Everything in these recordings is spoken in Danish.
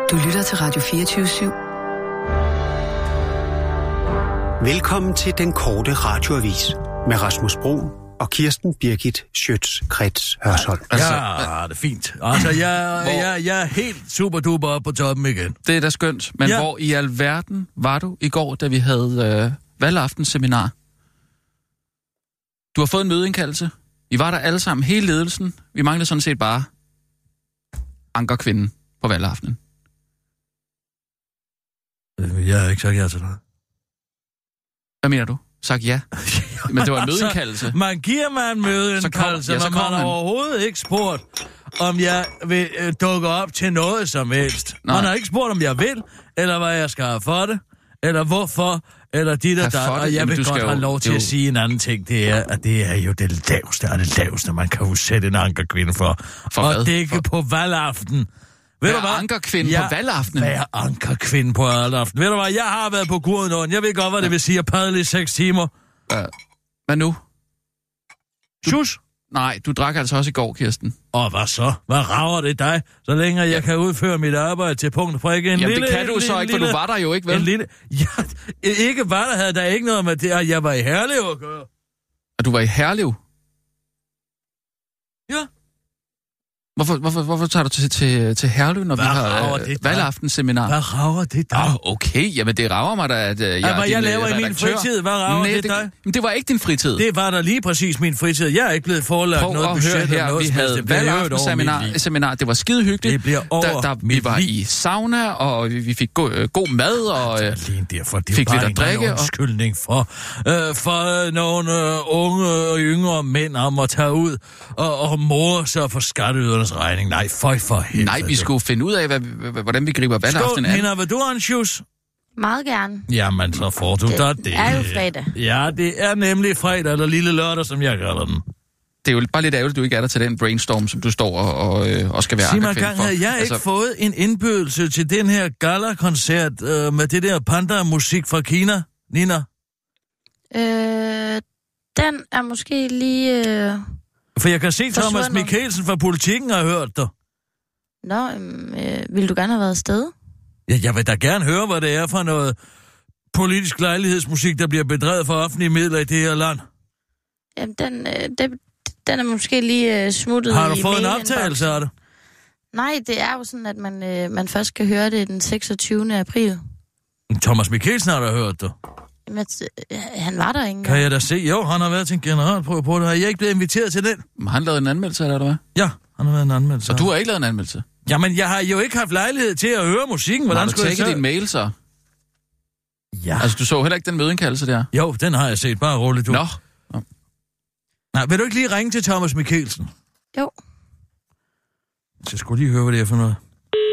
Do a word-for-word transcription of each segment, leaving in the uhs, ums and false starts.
Du lytter til Radio fireogtyve syv. Velkommen til den korte radioavis med Rasmus Broen og Kirsten Birgit Schøtz-Krets Hørsholm. Altså, ja, det er fint. Altså, jeg, Hvor... jeg, jeg er helt super duper op på toppen igen. Det er da skønt. Men ja. Hvor i alverden var du i går, da vi havde øh, valgaftenseminar? Du har fået en mødeindkaldelse. I var der alle sammen, hele ledelsen. Vi manglede sådan set bare ankerkvinden på valgaftenen. Jeg har ikke sagt ja til dig. Hvad mener du? Sagt ja. Men det var en mødeindkaldelse. Altså, man giver mig en mødeindkaldelse, ja, men man har overhovedet ikke spurgt, om jeg vil øh, dukke op til noget som helst. Nej. Man har ikke spurgt, om jeg vil, eller hvad jeg skal have for det, eller hvorfor, eller dit og der. Og jeg Jamen, vil godt have lov til jo... at sige en anden ting. Det er, at det er jo det laveste og det laveste, man kan udsætte en ankerkvinde for. For og hvad? det ikke for... på valgaften. Ved Hvad er ankerkvinde ja, på valgaftenen? Hvad er ankerkvinde på valgaftenen? Ved du hvad, jeg har været på Gudenåen. Jeg ved godt, hvad det vil sige at padle i seks timer. Uh, hvad nu? Tjus? Nej, du drak altså også i går, Kirsten. Og hvad så? Hvad rager det dig? Så længe jeg ja. kan udføre mit arbejde til punkt og prikke en Jamen, lille... det kan du så ikke, for lille, du var der jo ikke, vel? En lille... Ja, ikke var der, havde der ikke noget med det, at jeg var i Herlev at gøre. Og du var i Herlev? Ja. Hvorfor, hvorfor, hvorfor tager du til, til, til Herlev, når hvad vi har øh, valgaftenseminar? Hvad rager det dig? Oh, okay, jamen det rager mig da, at øh, jeg ja, er hvad din jeg laver redaktør. i min fritid, hvad rager Nej, det, det dig? Men det var ikke din fritid. Det var da lige præcis min fritid. Jeg er ikke blevet forelagt Prøv noget budget eller her. noget. Vi havde valgaftenseminar, seminar. Det var skide hyggeligt. Det bliver over der, der, Vi var i sauna, og vi, vi fik go, øh, god mad, og øh, lige derfor, det fik lidt at drikke. En undskyldning for, øh, for nogle øh, unge og yngre mænd om at tage ud og, og more sig for skatteydernes regning. Nej, føj for helvede. Nej, vi skulle finde ud af, hvad, hvordan vi griber valgaftenen an. Skål, Nina, vil du have en sjus? Meget gerne. Jamen, så får du da det. Det er jo fredag. Ja, det er nemlig fredag, eller lille lørdag, som jeg kalder den. Det er jo bare lidt ærgerligt, at du ikke er der til den brainstorm, som du står og, og, og skal være ankerkvinde for. Havde jeg altså... ikke fået en indbydelse til den her gala-koncert øh, med det der panda-musik fra Kina, Nina? Øh, den er måske lige... Øh... For jeg kan se, Thomas Mikkelsen fra Politikken har hørt dig. Nå, øh, vil du gerne have været afsted? Ja, jeg vil da gerne høre, hvad det er for noget politisk lejlighedsmusik, der bliver bedrevet for offentlige midler i det her land. Jamen, den, øh, det, den er måske lige øh, smuttet i Har du fået en optagelse af det? Nej, det er jo sådan, at man, øh, man først kan høre det den seksogtyvende april. Thomas Mikkelsen har da hørt det. Jamen, øh, han var der ikke. Kan jeg da se? Jo, han har været til en generalprøve på det. Har jeg ikke blevet inviteret til den? Men han lavede en anmeldelse, eller hvad? Ja, han har været en anmeldelse. Og du har ikke lavet en anmeldelse? Jamen, jeg har jo ikke haft lejlighed til at høre musikken. Hvordan har du tjekket din mail så? Ja. Altså, du så heller ikke den mødeindkaldelse der? Jo, den har jeg set. Bare roligt, du. Nå. Nå. Nej, vil du ikke lige ringe til Thomas Mikkelsen? Jo. Så jeg skulle lige høre, hvad det er for noget.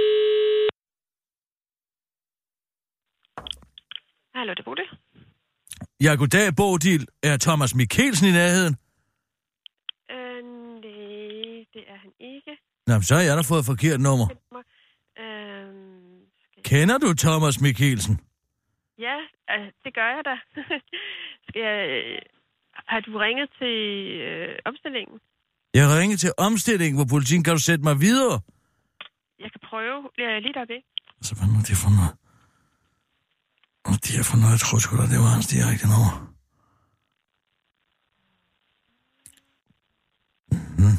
Hallo, det er Bodil. Ja, goddag, Bodil. Er Thomas Mikkelsen i nærheden? Øh, nej, det er han ikke. Nå, så har jeg da fået et forkert nummer. Øhm, skal... Kender du Thomas Mikkelsen? Ja, altså, det gør jeg da. skal jeg... Har du ringet til øh, omstillingen? Jeg har ringet til omstillingen på Politikken. Kan du sætte mig videre? Jeg kan prøve. Bliver jeg lige deroppe? Så hvad nu det for noget? Hvad det er for noget? Jeg tror sgu da, det var hans direkte nummer. Mm.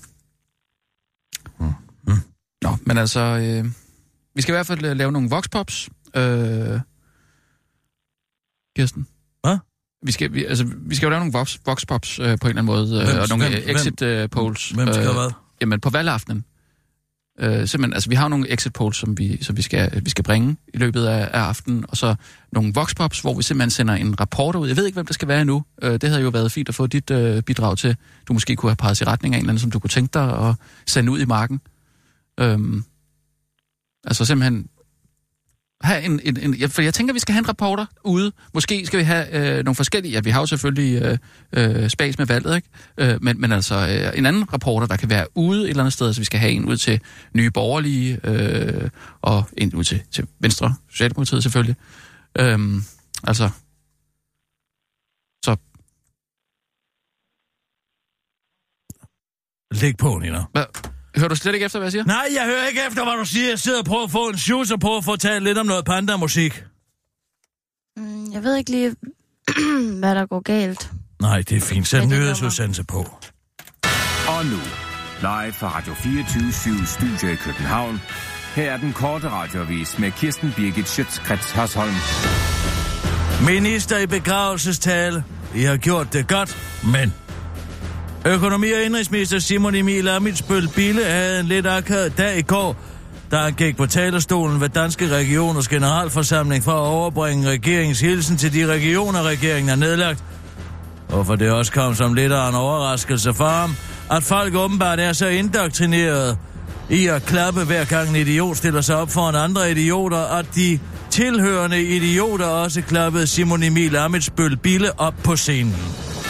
Mm. Nå, men altså, øh, vi skal i hvert fald lave nogle voxpops. Øh, Kirsten? Hvad? Vi skal, vi, altså, vi skal jo lave nogle vox, voxpops øh, på en eller anden måde, øh, hvem, og nogle hvem, exit øh, polls. Hvem skal øh, hvad? Jamen, på valgaftenen. Øh, simpelthen, altså, vi har nogle exit polls, som vi, som vi, skal, vi skal bringe i løbet af, af aftenen, og så nogle voxpops, hvor vi simpelthen sender en rapport ud. Jeg ved ikke, hvem det skal være endnu. Øh, det havde jo været fint at få dit øh, bidrag til. Du måske kunne have peget i retning af en eller anden, som du kunne tænke dig at sende ud i marken. Øh, altså simpelthen have en, en, en... For jeg tænker, vi skal have en reporter ude. Måske skal vi have øh, nogle forskellige... Ja, vi har jo selvfølgelig øh, øh, spas med valget, ikke? Øh, men, men altså øh, en anden reporter, der kan være ude et eller andet sted. Så vi skal have en ud til Nye Borgerlige, øh, og en ud til, til Venstre, Socialdemokratiet selvfølgelig. Øh, altså... Så... Læg på, Nina. Hvad? Hører du slet ikke efter, hvad jeg siger? Nej, jeg hører ikke efter, hvad du siger. Jeg sidder og prøver at få en shoes og prøver at få talt lidt om noget panda-musik. Mm, jeg ved ikke lige, hvad der går galt. Nej, det er fint. Sæt nyhedsudsendelse på. Og nu, live fra Radio fireogtyve syv Studio i København. Her er den korte radioavis med Kirsten Birgit Schøtz-Krets Hørsholm. Minister i begravelsestale. I har gjort det godt, men... Økonomi- og indrigsminister Simon Emil Ammitzbøll-Bille havde en lidt akavet dag i går, da han gik på talerstolen ved Danske Regioners Generalforsamling for at overbringe regeringens hilsen til de regioner, regeringen er nedlagt. Hvorfor det også kom som lidt af en overraskelse for ham, at folk åbenbart er så indoktrineret i at klappe hver gang en idiot stiller sig op foran andre idioter, at de tilhørende idioter også klappede Simon Emil Ammitzbøll-Bille op på scenen.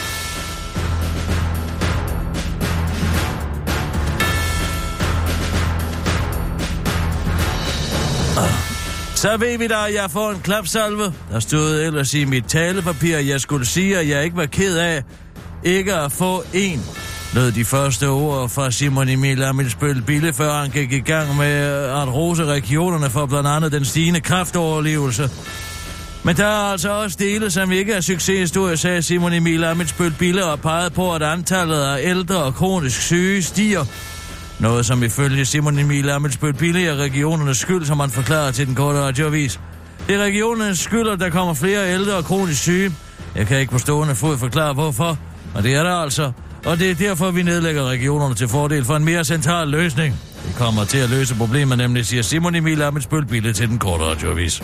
Så ved vi da, at jeg får en klapsalve. Der stod ellers i mit talepapir, at jeg skulle sige, at jeg ikke var ked af ikke at få en. Lød de første ord fra Simon Emil Ammitzbøll-Bille, før han gik i gang med at rose regionerne for blandt andet den stigende kræftoverlevelse. Men der er altså også dele, som ikke er succeshistorier, sagde Simon Emil Ammitzbøll-Bille og pegede på, at antallet af ældre og kronisk syge stiger. Noget, som ifølge Simon Emil Ammitzbøll-Bille er regionernes skyld, som han forklarer til den korte radioavis. Det er regionernes skyld, at der kommer flere ældre og kronisk syge. Jeg kan ikke på stående fod forklare hvorfor, og det er der altså. Og det er derfor, vi nedlægger regionerne til fordel for en mere central løsning. Det kommer til at løse problemet, nemlig siger Simon Emil Ammitzbøll-Bille til den korte radioavis.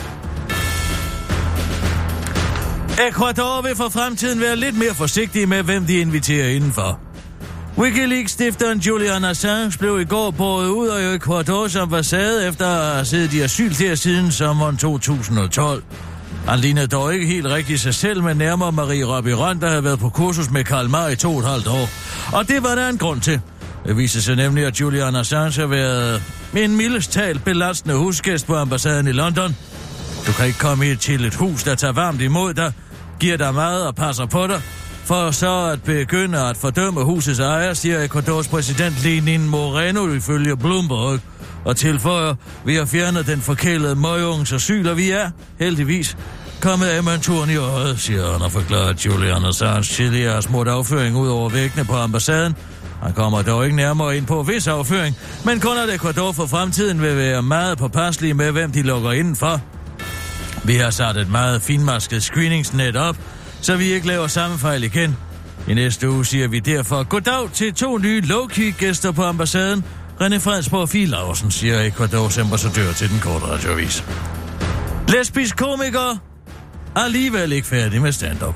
Ecuador vil for fremtiden være lidt mere forsigtige med, hvem de inviterer indenfor. Wikileaks-stifteren Julian Assange blev i går båret ud af Ecuadors ambassade efter at have siddet i asyl der siden sommeren to tusind og tolv. Han lignede dog ikke helt rigtig sig selv, men nærmere Marie Robirand, der havde været på kursus med Karl Marr i to og et halvt år. Og det var der en grund til. Det viser sig nemlig, at Julian Assange har været en mildest talt belastende husgæst på ambassaden i London. Du kan ikke komme til et hus, der tager varmt imod dig, giver dig mad og passer på dig, for så at begynde at fordømme husets ejer, siger Ecuadors præsident Lenin Moreno ifølge Bloomberg, og tilføjer, vi har fjernet den forkælede møgungens asyl, og vi er, heldigvis, kommet af med en turen i øjet, siger han og forklarer Julian Assange tidligere smurt afføring ud over væggene på ambassaden. Han kommer dog ikke nærmere ind på vis afføring, men kun at Ecuador for fremtiden vil være meget påpasselige med, hvem de lukker indenfor. Vi har sat et meget finmasket screeningsnet op, så vi ikke laver samme fejl igen. I næste uge siger vi derfor goddag til to nye low-key gæster på ambassaden. René Fredsborg og Fie Laursen, siger Ecuadors ambassadør til den korte radioavis. Lesbisk komiker alligevel ikke færdig med stand-up.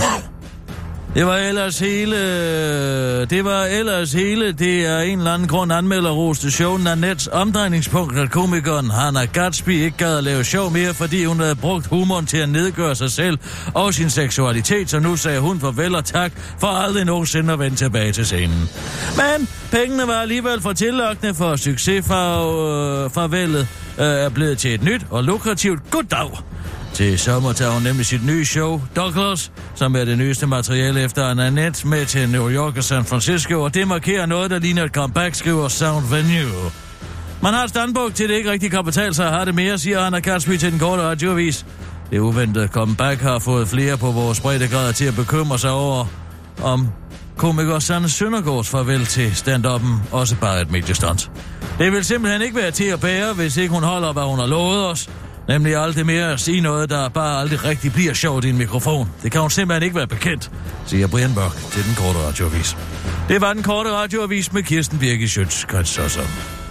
Det var ellers hele... Det var ellers hele... Det er en eller anden grund anmelderroste show Nanets omdrejningspunkt, at komikeren Hannah Gadsby ikke gad at lave show mere, fordi hun havde brugt humoren til at nedgøre sig selv og sin seksualitet, så nu sagde hun farvel og tak for aldrig nogensinde at vende tilbage til scenen. Men pengene var alligevel for tillokkende, for succesfarvelet øh, er blevet til et nyt og lukrativt goddag. Til sommer tager hun nemlig sit nye show, Douglas, som er det nyeste materiale efter Nanette med til New York og San Francisco, og det markerer noget, der ligner et comeback, skriver Sound Venue. Man har et standpunkt til, det ikke rigtig kan betale sig at have det mere, siger Hannah Gadsby til den korte radioavis. Det uventede comeback har fået flere på vores breddegrader til at bekymre sig over, om komiker Sanne Søndergaards farvel til stand-up'en også bare et mediestunt. Det vil simpelthen ikke være til at bære, hvis ikke hun holder, hvad hun har lovet os. Nemlig aldrig mere at sige noget, der bare aldrig rigtig bliver sjovt i en mikrofon. Det kan hun simpelthen ikke være bekendt, siger Brian Mørk til den korte radioavis. Det var den korte radioavis med Kirsten Birgit Schøtz-Krets Hørsholm.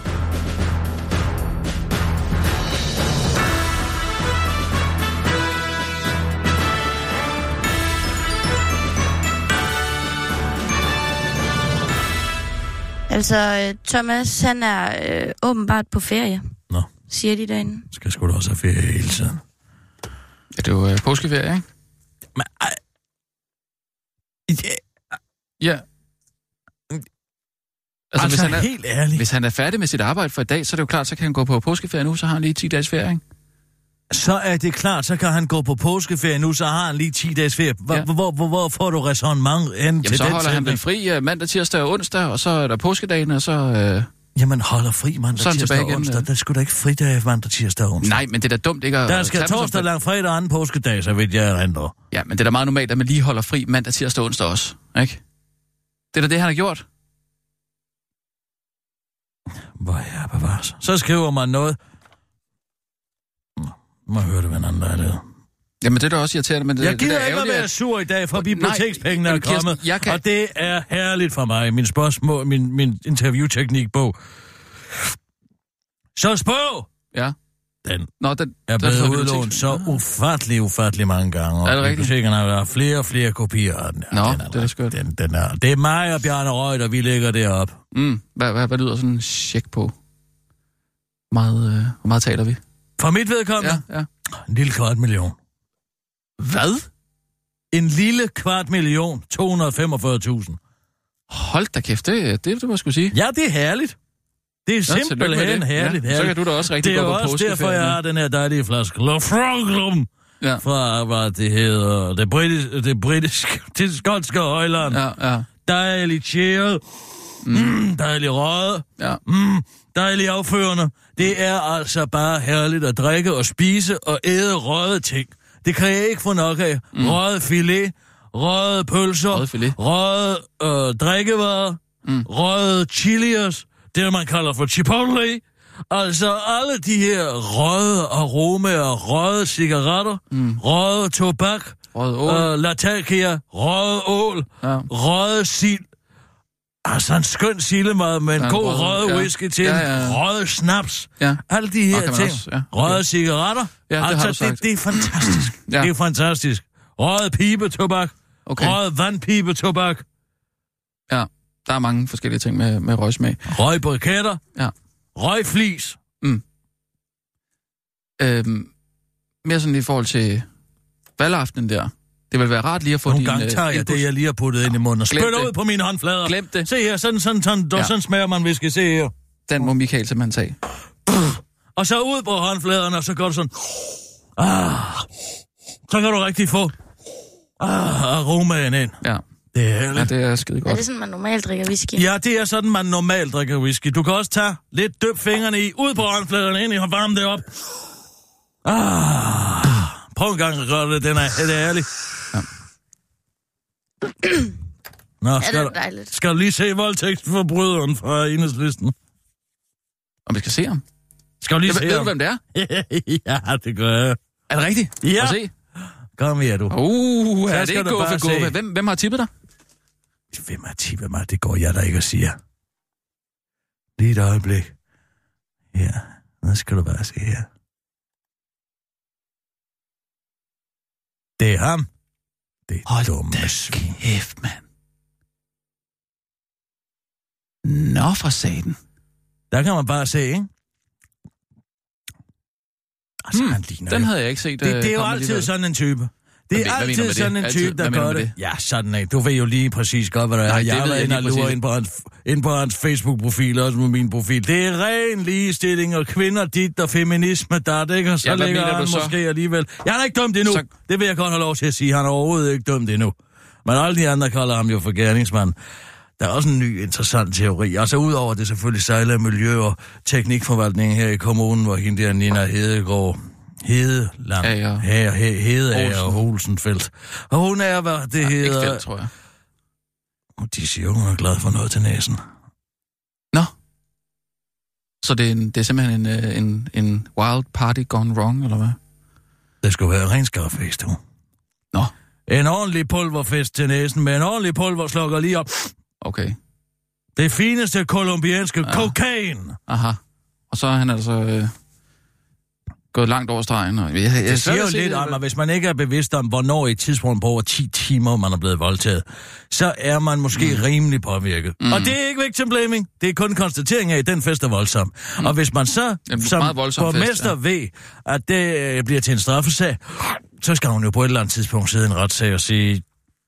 Altså, Thomas, han er øh, åbenbart på ferie. Nå. Siger de derinde. Skal sgu da også have ferie hele tiden. Ja, det er jo øh, påskeferie, ikke? Men, ej. Ja. Altså, altså hvis han er, helt ærligt. Hvis han er færdig med sit arbejde for i dag, så er det jo klart, så kan han gå på påskeferie nu, så har han lige ti dages ferie, ikke? Så er det klart, så kan han gå på påskeferie nu, så har han lige ti dages ferie. Hvor, ja. hvor, hvor, hvor får du ræsonnement hen til så den holder han vel fri uh, mandag, tirsdag og onsdag, og så er der påskedagen, og så... Uh... Jamen, holder fri mandag, Sådan tirsdag og igen, onsdag. ja. Der skulle da ikke fridag mandag, tirsdag og onsdag. Nej, men det er da dumt ikke at... Der skal tage dem torsdag, som- lang fredag og anden påskedag, så vidt jeg erindrer. Ja, men det er da meget normalt, at man lige holder fri mandag, tirsdag og onsdag også, ikke? Det er da det, han har gjort. Hvor er bevares. Så skriver man noget. Nå, må jeg høre det, hvad en anden der er det. Jamen, det er da også irriterende, men det, Jeg det gider der er ikke at ærgerligt, være at- sur i dag, for Nej, bibliotekspengene er jamen, Kirsten, kommet, jeg kan- og det er herligt for mig, min spørgsmål, min, min interviewteknikbog. Så spørg! Ja. Den Nå, den, er den blevet fra udlånt biblioteks- så ufattelig, ufattelig mange gange, og Er det rigtigt? bibliotekerne har været flere og flere kopier af den. Ja, Nå, den er, det er da skørt. Den, den er, det er mig og Bjarne Røg, der vi lægger det op. Mm, hvad, hvad, hvad lyder sådan en check på? Meget, øh, hvor meget taler vi? For mit vedkommende, Ja, ja. en lille kvart million. Hvad? En lille kvart million, to hundrede og femogfyrre tusind. Hold da kæft, det, det, det må jeg skulle sige. Ja, det er herligt. Det er tillykke med simpelthen det. herligt, Ja, så herligt. kan du da også rigtig det er gå jo på også derfor, påskeferie jeg nu. har den her dejlige flaske Lafroglum Ja. fra, hvad det hedder, det britiske, det britiske, det skotske højland. Ja, ja, Dejligt tjæret, mm, dejligt røget, ja. mm, dejligt afførende. Det er altså bare herligt at drikke og spise og æde røde ting. Det kan jeg ikke få nok af. Mm. Røget filet, røde pølser, Røget filet. røget øh, drikkevarer, mm. røget chiliers, det man kalder for chipotle. Altså alle de her røde aromaer, røde cigaretter, mm. røde tobak, Røget ål. øh, latakia, røde ål, Ja. røde sild. Altså en skøn sildemad med en Ja, god røget, røde ja. whisky til, Ja, ja, ja. røde snaps, Ja. alle de her Og kan man ting. også, ja. Røde Okay. cigaretter. Ja, det har altså, du sagt. det, det er fantastisk. Ja. Det er fantastisk. Røde pibetobak. Okay. Røde vandpibetobak. Ja, der er mange forskellige ting med, med røgsmag. Røg briketter. Ja. Røgflis. Øhm, mere sådan i forhold til valgaftenen der. Det vil være rart lige at få Nogle din... gange øh, tager jeg input. det, jeg lige har puttet ind i munden og Glem spytter det. ud på mine håndflader. Glem det. Se her, sådan, sådan, sådan, Ja. ja. sådan smager man whisky. Se her. Den må Michael simpelthen tage. Og så ud på håndfladerne, og så går du sådan... Ah, så kan du rigtig få ah, aromaen ind. Ja, Det er ja herligt. det er skide Er godt. det sådan, man normalt drikker whisky? Ja, det er sådan, man normalt drikker whisky. Du kan også tage lidt døb fingrene i, ud på håndfladerne, ind i og varme det op. Ah, prøv en gang at gøre det, den er, det er ærligt. Ja. Nå, Ja, det skal, er du, dejligt. skal du lige se voldtægtsforbryderen fra Enhedslisten? Om vi skal se ham. Skal du lige Jeg, se ved du, ham? hvem det er? Ja, det gør jeg. Er det rigtigt? Ja. Må jeg se? Kom her, du. Uh, Så er det skal ikke du gå bare for gå? se. Hvem, hvem har tippet dig? Hvem er tippet mig? Det går jeg da ikke at sige. Lige et øjeblik. Ja, nu skal du bare se her. Det er ham. Det er dumme svin. Kæft, mand. Nå, for satan. Der kan man bare se, ikke? Altså, Hmm, han ligner Den jo- havde jeg ikke set. Det, det er jo komme altid alligevel. sådan en type. Det Hvad er men- hvad mener du altid med det? sådan en Altid? type, Hvad der mener du gør med det. det? Ja, sådan en. Du ved jo lige præcis godt, hvad der er. Nej, det jeg ved har været jeg inde og lige lurer præcis. ind på hans, ind på hans Facebook-profil, også med min profil. Det er ren ligestilling og kvinder dit og feminisme der, det ikke? Og så Ja, hvad ligger mener han du så? måske alligevel. Jeg er ikke dømt endnu. Så- Så... Det vil jeg godt have lov til at sige. Han er overhovedet ikke dømt endnu. Men alle de andre kalder ham jo for gerningsmand. Der er også en ny interessant teori. Altså udover det selvfølgelig sejler miljø- og teknikforvaltningen her i kommunen, hvor hende der Nina Hedegaard Hedeland. Ager. Her, he, Hedeager og Olsen. Olsenfeldt. Og hun er, hvad det Ja, ikke hedder... felt, tror jeg. De siger, hun er glad for noget til næsen. Nå. Så det er, en, det er simpelthen en, øh, en, en wild party gone wrong, eller hvad? Det skulle være renskabfest, du. Nå, En ordentlig pulverfest til næsen, med en ordentlig pulverslukker lige op. okay. Det fineste kolumbianske Ja. ja. kokain. Aha. Og så er han altså øh, gået langt over stregen. Og jeg, jeg, jeg Det siger jo se lidt det, om, at hvis man ikke er bevidst om, hvornår i et tidspunkt på over ti timer, man er blevet voldtaget, så er man måske mm. rimelig påvirket. Mm. Og det er ikke victim blaming. Det er kun en konstatering af, at den fest er voldsom. Mm. Og hvis man så En som meget voldsom fest, borgmester ja. ved, at det øh, bliver til en straffesag, så skal hun jo på et eller andet tidspunkt sidde i en retssag og sige,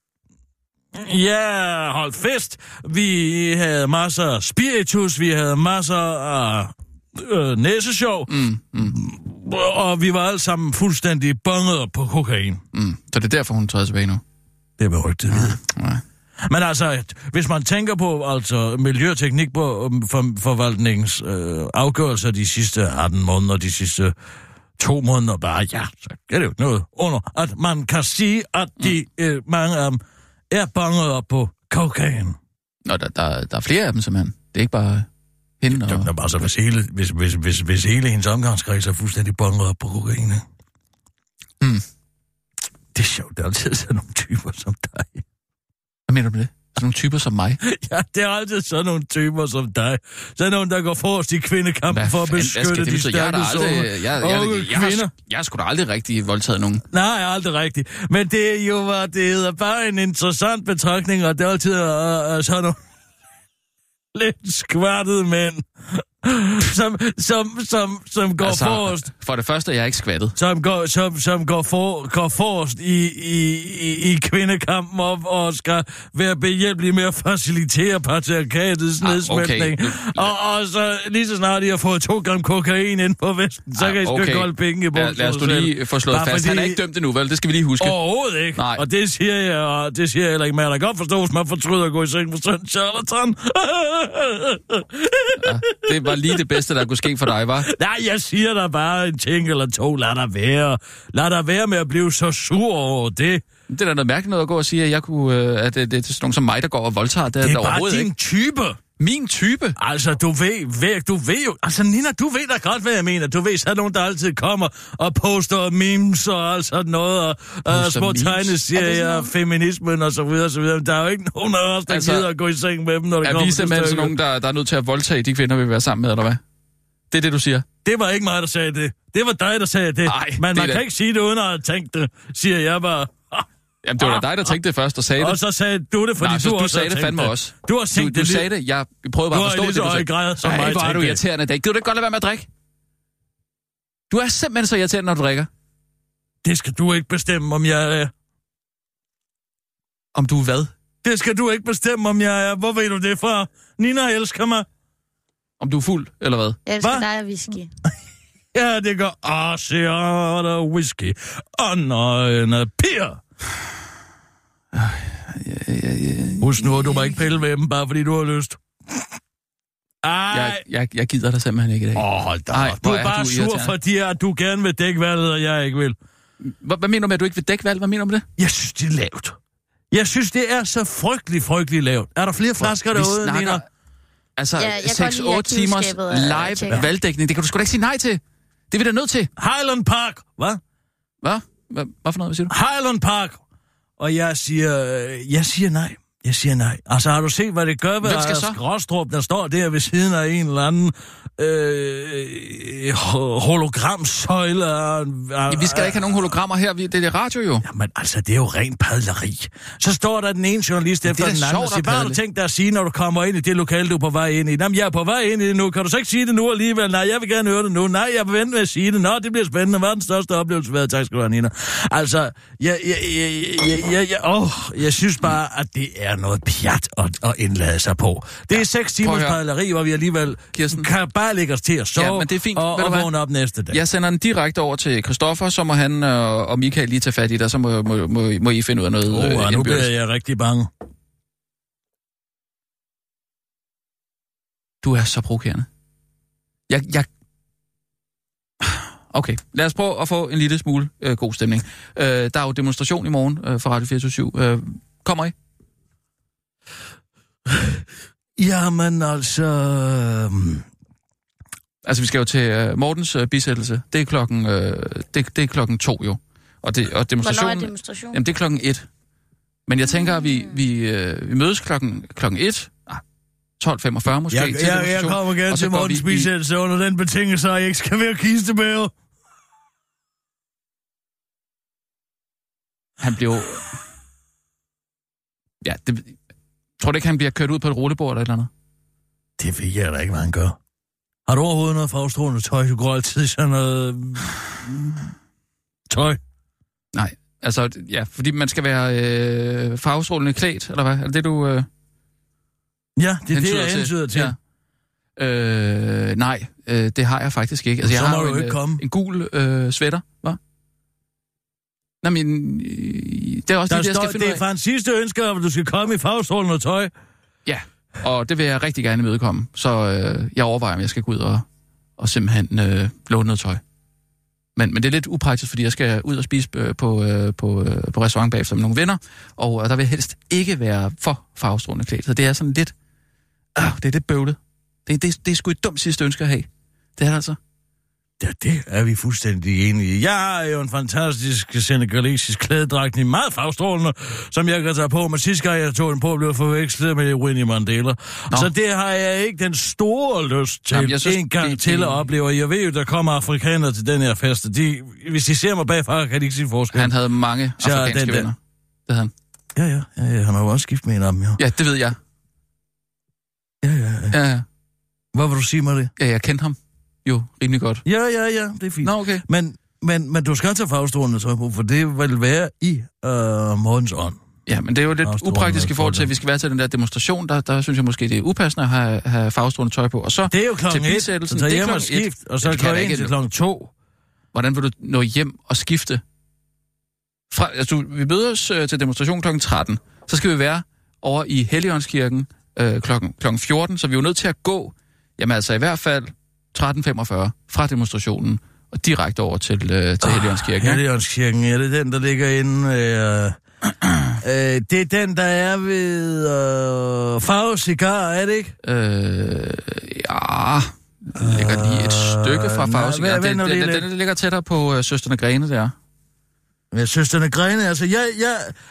ja, hold fest. Vi havde masser af spiritus, vi havde masser af øh, næsesjov, Mm, mm, og vi var alle sammen fuldstændig bonget på kokain. mm. Så det er derfor, hun træder tilbage nu. Det var rygtet. Nej. Men altså, hvis man tænker på altså miljøteknik på um, for, forvaltningens øh, afgørelser de sidste atten måneder, de sidste to måneder, bare ja, så er det jo noget under, at man kan sige, at de, mm. øh, mange af dem er banget op på kokain. Nå, der, der, der er flere af dem, simpelthen. Det er ikke bare hende og... Det er bare så, hvis hele, hvis, hvis, hvis, hvis hele hendes omgangskreds er fuldstændig banget op på kokain. Mm. Det er sjovt, det er altid sådan nogle typer som dig. Hvad mener du med det? Sådan nogle typer som mig? Ja, det er altid sådan nogle typer som dig. Sådan nogle, der går forrest i kvindekampen hvad for at beskytte de stærke zoner. Jeg, jeg, jeg, jeg, har, jeg har sgu da aldrig rigtig voldtaget nogen. Nej, aldrig rigtigt. Men det er jo hvad det hedder bare en interessant betragtning, og det er altid uh, sådan nogle lidt skvattede mænd, som, som, som, som går altså, forrest. For det første, jeg er ikke skvattet. Som går, som, som går, for, går forrest i, i, i, i kvindekampen op og skal være behjælpelig med at facilitere patriarkatets ah, nedsmeltning. Okay. Og, og så lige så snart de har fået to gram kokain ind på vesten, så ah, kan I okay. sgu golde penge i bunden. Lad os lige få slået fast. Fordi... Han er ikke dømt endnu, vel? Det skal vi lige huske. Overhovedet ikke. Nej. Og det siger jeg, og det siger jeg heller ikke. Men jeg kan godt forstå, hvis man fortryder at gå i seng for sådan en charlatan. Ja, det var lige det bedste, der kunne ske for dig, var? Nej, jeg siger da bare en ting eller to. Lad dig være. Lad dig være med at blive så sur over det. Det er da noget mærkeligt noget at gå og sige, at, jeg kunne, at det, det er sådan nogen som mig, der går og voldtager. Det, det er der bare din ikke. type. Min type? Altså, du ved, ved, du ved jo... Altså, Nina, du ved da godt, hvad jeg mener. Du ved, så er nogen, der altid kommer og poster memes og alt sådan noget, og uh, små tegneserier, feminismen og så videre, og så videre. Der er jo ikke nogen af os, der altså, gider at gå i seng med dem, når det kommer til stykket. Er vi simpelthen sådan nogen, der, der er nødt til at voldtage de kvinder, vi vil være sammen med, eller hvad? Det er det, du siger? Det var ikke mig, der sagde det. Det var dig, der sagde det. Ej, Men man det kan det. ikke sige det, uden at have tænkt det, siger jeg bare... Jamen, det var da dig, der tænkte det først og sagde det. Og så sagde du det, fordi Nej, du, du også sagde det fandme det. også. Du har tænkt du, det. Du sagde det. Jeg prøvede bare at forstå det, du sagde. Grad, som Ej, mig hvor er du irriterende. Det. Gider du ikke godt lade være med at drikke? Du er simpelthen så irriterende, når du drikker. Det skal du ikke bestemme, om jeg er. Om du er hvad? Det skal du ikke bestemme, om jeg er. Hvor ved du det fra? Nina elsker mig. Om du er fuld, eller hvad? Jeg elsker dig og whisky. Ja, det gør Asiater whisky. Og nøgne piger. Ja, ja, ja. Husk nu, du må ikke pille ved dem, bare fordi du har lyst. Ej. Jeg, jeg, jeg gider dig simpelthen ikke i dag. Åh, hold da. Ej, du er, er bare du sur, fordi at du gerne vil dække valget, og jeg ikke vil. Hvad, hvad mener du med, at du ikke vil dække valget? Hvad mener du med det? Jeg synes, det er lavt. Jeg synes, det er så frygtelig, frygtelig lavt. Er der flere flasker vi derude, snakker... Nina? Altså, ja, seks otte timers live ja. valgdækning, det kan du sgu da ikke sige nej til. Det er vi da nødt til. Highland Park, hvad? Hvad? Hvad, hvad for noget, hvad siger du? Highland Park. Og jeg siger, jeg siger nej. Jeg siger nej. Altså, har du set, hvad det gør ved Anders Gråstrup, der står der ved siden af en eller anden øh, hologramsøjle? Ja, vi skal da ikke have nogen hologrammer her. Det er det radio jo. Jamen, altså, det er jo ren padleri. Så står der den ene journalist efter den anden og siger, hvad har du tænkt dig at sige, når du kommer ind i det lokale, du er på vej ind i? Jamen, jeg er på vej ind i det nu. Kan du så ikke sige det nu alligevel? Nej, jeg vil gerne høre det nu. Nej, jeg vil vente med at sige det. Nå, det bliver spændende. Hvad er den største oplevelse ved? Tak skal du have, Nina. Altså, jeg, jeg, jeg, jeg, jeg, jeg, åh, jeg synes bare, at det er noget pjat at, at indlade sig på. Det er ja, seks timers padleri, hvor vi alligevel Kirsten. kan bare lægge os til at sove ja, men det er fint. og, og vågne op næste dag. Jeg sender den direkte over til Christoffer, så må han og, og Michael lige tage fat i dig, så må, må, må, må I finde ud af noget. Åh, oh, øh, nu bliver jeg rigtig bange. Du er så provokerende. Jeg, jeg... Okay, lad os prøve at få en lille smule øh, god stemning. Øh, der er jo demonstration i morgen øh, for Radio fireogtyve syv. Øh, kommer I? Jamen altså... Altså, vi skal jo til uh, Mortens uh, bisættelse. Det er klokken, uh, det, det er klokken to jo. Og, det, og demonstrationen... Hvornår er demonstrationen? Jamen, det er klokken et. Men jeg tænker, at vi, vi, uh, vi mødes klokken, klokken et. Ah, tolv femogfyrre måske. Jeg, jeg, jeg kommer gerne til Mortens bisættelse i... under den betingelse, at jeg ikke skal være kistebærer. Han bliver... Ja, det... Tror du ikke, han bliver kørt ud på et rullebord eller et eller andet? Det ved jeg da ikke, hvad han gør. Har du overhovedet noget farvestrålende tøj? Du går altid i sådan noget... tøj. Nej, altså, ja, fordi man skal være øh, farvestrålende klædt, eller hvad? Er det det, du... Øh, ja, det er det, jeg hensyder til. Ja. Øh, nej, øh, det har jeg faktisk ikke. Altså, så jeg må har du en, ikke komme. En gul øh, sweater, hva'? Nej, men det er også der det, jeg står, skal finde det er fra en sidste ønske, at du skal komme i farvestrålende og tøj. Ja, og det vil jeg rigtig gerne imødekomme. Så øh, jeg overvejer, om jeg skal gå ud og, og simpelthen øh, låne noget tøj. Men, men det er lidt upraktisk, fordi jeg skal ud og spise øh, på, øh, på, øh, på restaurant bagefter med nogle venner, og øh, der vil helst ikke være for farvestrålende klædt. Så det er sådan lidt... Øh, det er lidt bøvlet. Det, det, det er sgu et dumt sidste ønske at have. Det er det altså. Ja, det er vi fuldstændig enige i. Jeg har jo en fantastisk senegalesisk klædedragt i meget farvestrålende, som jeg kan tage på, men sidste gang jeg tog den på, blev forvekslet med Winnie Mandela. Nå. Så det har jeg ikke den store lyst til. Jamen, synes, en gang det, til at opleve. Jeg ved jo, der kommer afrikanere til den her fest. De, hvis de ser mig bagfra, kan de ikke sige forskel. Han havde mange afrikanske den, venner. Det havde han. Ja, ja, ja, ja. Han har jo også gift med en af dem, jo. Ja, det ved jeg. Ja, ja, ja. ja, ja. Hvad vil du sige med det? Ja, jeg kendte ham. Jo, rimelig godt. Ja, ja, ja, det er fint. Nå, okay. Men, men, men du skal tage farvestrålende tøj på, for det vil være i øh, morgens ånd. Ja, men det er jo lidt upraktisk i forhold til, at vi skal være til den der demonstration. Der, der synes jeg måske, det er upassende at have, have farvestrålende tøj på. Og så det er jo klokken et, så tager hjem og skift, og så går jeg ind til klokken to. Hvordan vil du nå hjem og skifte? Fra, altså, vi mødes øh, til demonstration klokken tretten. Så skal vi være over i Helligåndskirken øh, klokken, klokken fjorten, så vi er jo nødt til at gå, jamen altså i hvert fald tretten femogfyrre fra demonstrationen og direkte over til, øh, til Helligåndskirken. Helligåndskirken, ja, det er den, der ligger inde. Øh, øh, det er den, der er ved øh, Farve Cigar, er det ikke? Øh, ja, det ligger lige et stykke fra Farve Cigar. Den, den, den, den ligger tættere på øh, Søstrene Grene der. Ja, Søstrene Grene, altså jeg, jeg,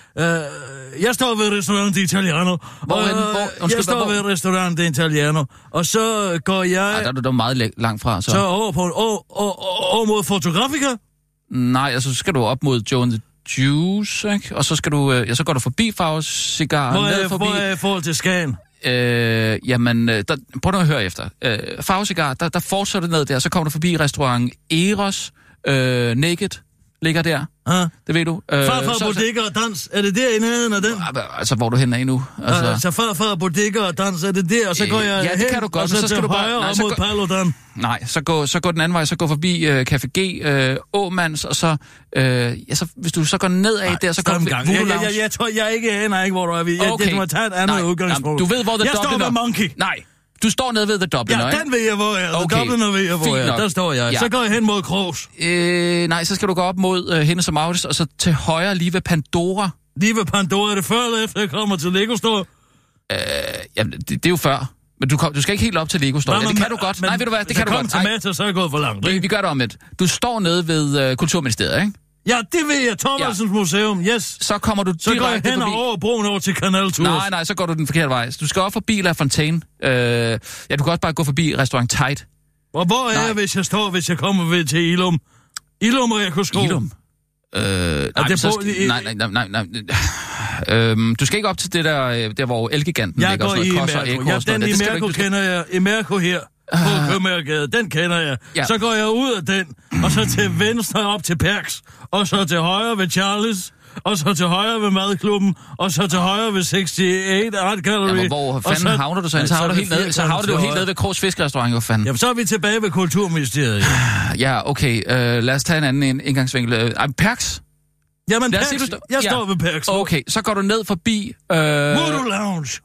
øh, jeg står ved Restaurant Italiano. Hvorhen, og, hvor, undskyld, jeg står hvor? ved Restaurant Italiano, og så går jeg... Ej, der er du meget langt fra, så... Så over, på, over, over, over mod Fotografika? Nej, altså så skal du op mod Joe and the Juice, ikke? Og så skal du, ja, så går du forbi Farve Cigar. Hvor er, forbi... hvor er i forhold til Skagen? Øh, jamen, der, prøv nu at høre efter. Øh, Farve Cigar, der, der fortsætter ned der, så kommer du forbi restaurant Eros, øh, Naked, ligger der. Ah. Det ved du. Øh, farfar, bodega og dans, er det der i nærheden af den? Altså, hvor du hen er nu? Altså, ah, så farfar, bodega og dans, er det der? Og så går jeg ja, det hen, kan du godt, og så, så skal du højre bare, op mod Paludan. Nej, så gå, så gå den anden vej, så gå forbi øh, Café G, øh, Åmands, og så, øh, ja, så, hvis du så går nedad Ej, der, så går du jeg, jeg, jeg, jeg tror, jeg ikke aner ikke, hvor du er. Jeg, okay. jeg, jeg må tage et andet Nej, udgangspunkt. Jamen, du ved, hvor The jeg Dubliner... Jeg står ved Monkey. Nej, du står nede ved The Dubliner, ja, ikke? Ja, den ved jeg, hvor jeg er. Okay. The Dubliner ved jeg, hvor jeg er. Der står jeg. Ja. Så går jeg hen mod Krogs. Øh, nej, så skal du gå op mod øh, Hennes og Maurits, og så til højre lige ved Pandora. Lige ved Pandora, er det før eller efter, jeg kommer til Lego Store? Øh, jamen, det, det er jo før. Men du, kom, du skal ikke helt op til Lego Store. Ja, det kan du godt. Men, nej, ved du hvad, det kan du godt. Hvis jeg kom til Matas, så er jeg gået for langt. Vi, vi gør det om et. Du står nede ved øh, Kulturministeriet, ikke? Ja, det ved jeg. Thomasens ja. Museum, yes. Så kommer du så går jeg hen forbi... over broen over til Canal Tours. Nej, nej, så går du den forkerte vej. Du skal op forbi La Fontaine. Øh, ja, du kan også bare gå forbi Restaurant Tide. Og hvor er nej. jeg, hvis jeg står, hvis jeg kommer ved til Ilum? Ilum og jeg kunne sko. Ilum? Øh, nej, det så skal, skal, nej, nej, nej, nej, nej. Øhm, du skal ikke op til det der, der hvor Elgiganten jeg ligger. Jeg går i Imerco. Ja, den i Imerco kender jeg. Imerco her. På Købmagergade, den kender jeg. Ja. Så går jeg ud af den, og så til venstre op til Perks, og så til højre ved Charles, og så til højre ved Madklubben, og så til højre ved seksogtres Art Gallery. Ja, hvor fanden så, havner du så? Ja, så havner du helt ned, så havner du helt ned ved Krogs Fiskerestaurant, jo fanden. Jamen, så er vi tilbage ved Kulturministeriet. Ja, ja okay. Uh, lad os tage en anden indgangsvinkel. Uh, Perks? Jamen, Perks. Sige, st- jeg ja. står ved Perks. Okay, så går du ned forbi... Uh... Voodoo Lounge.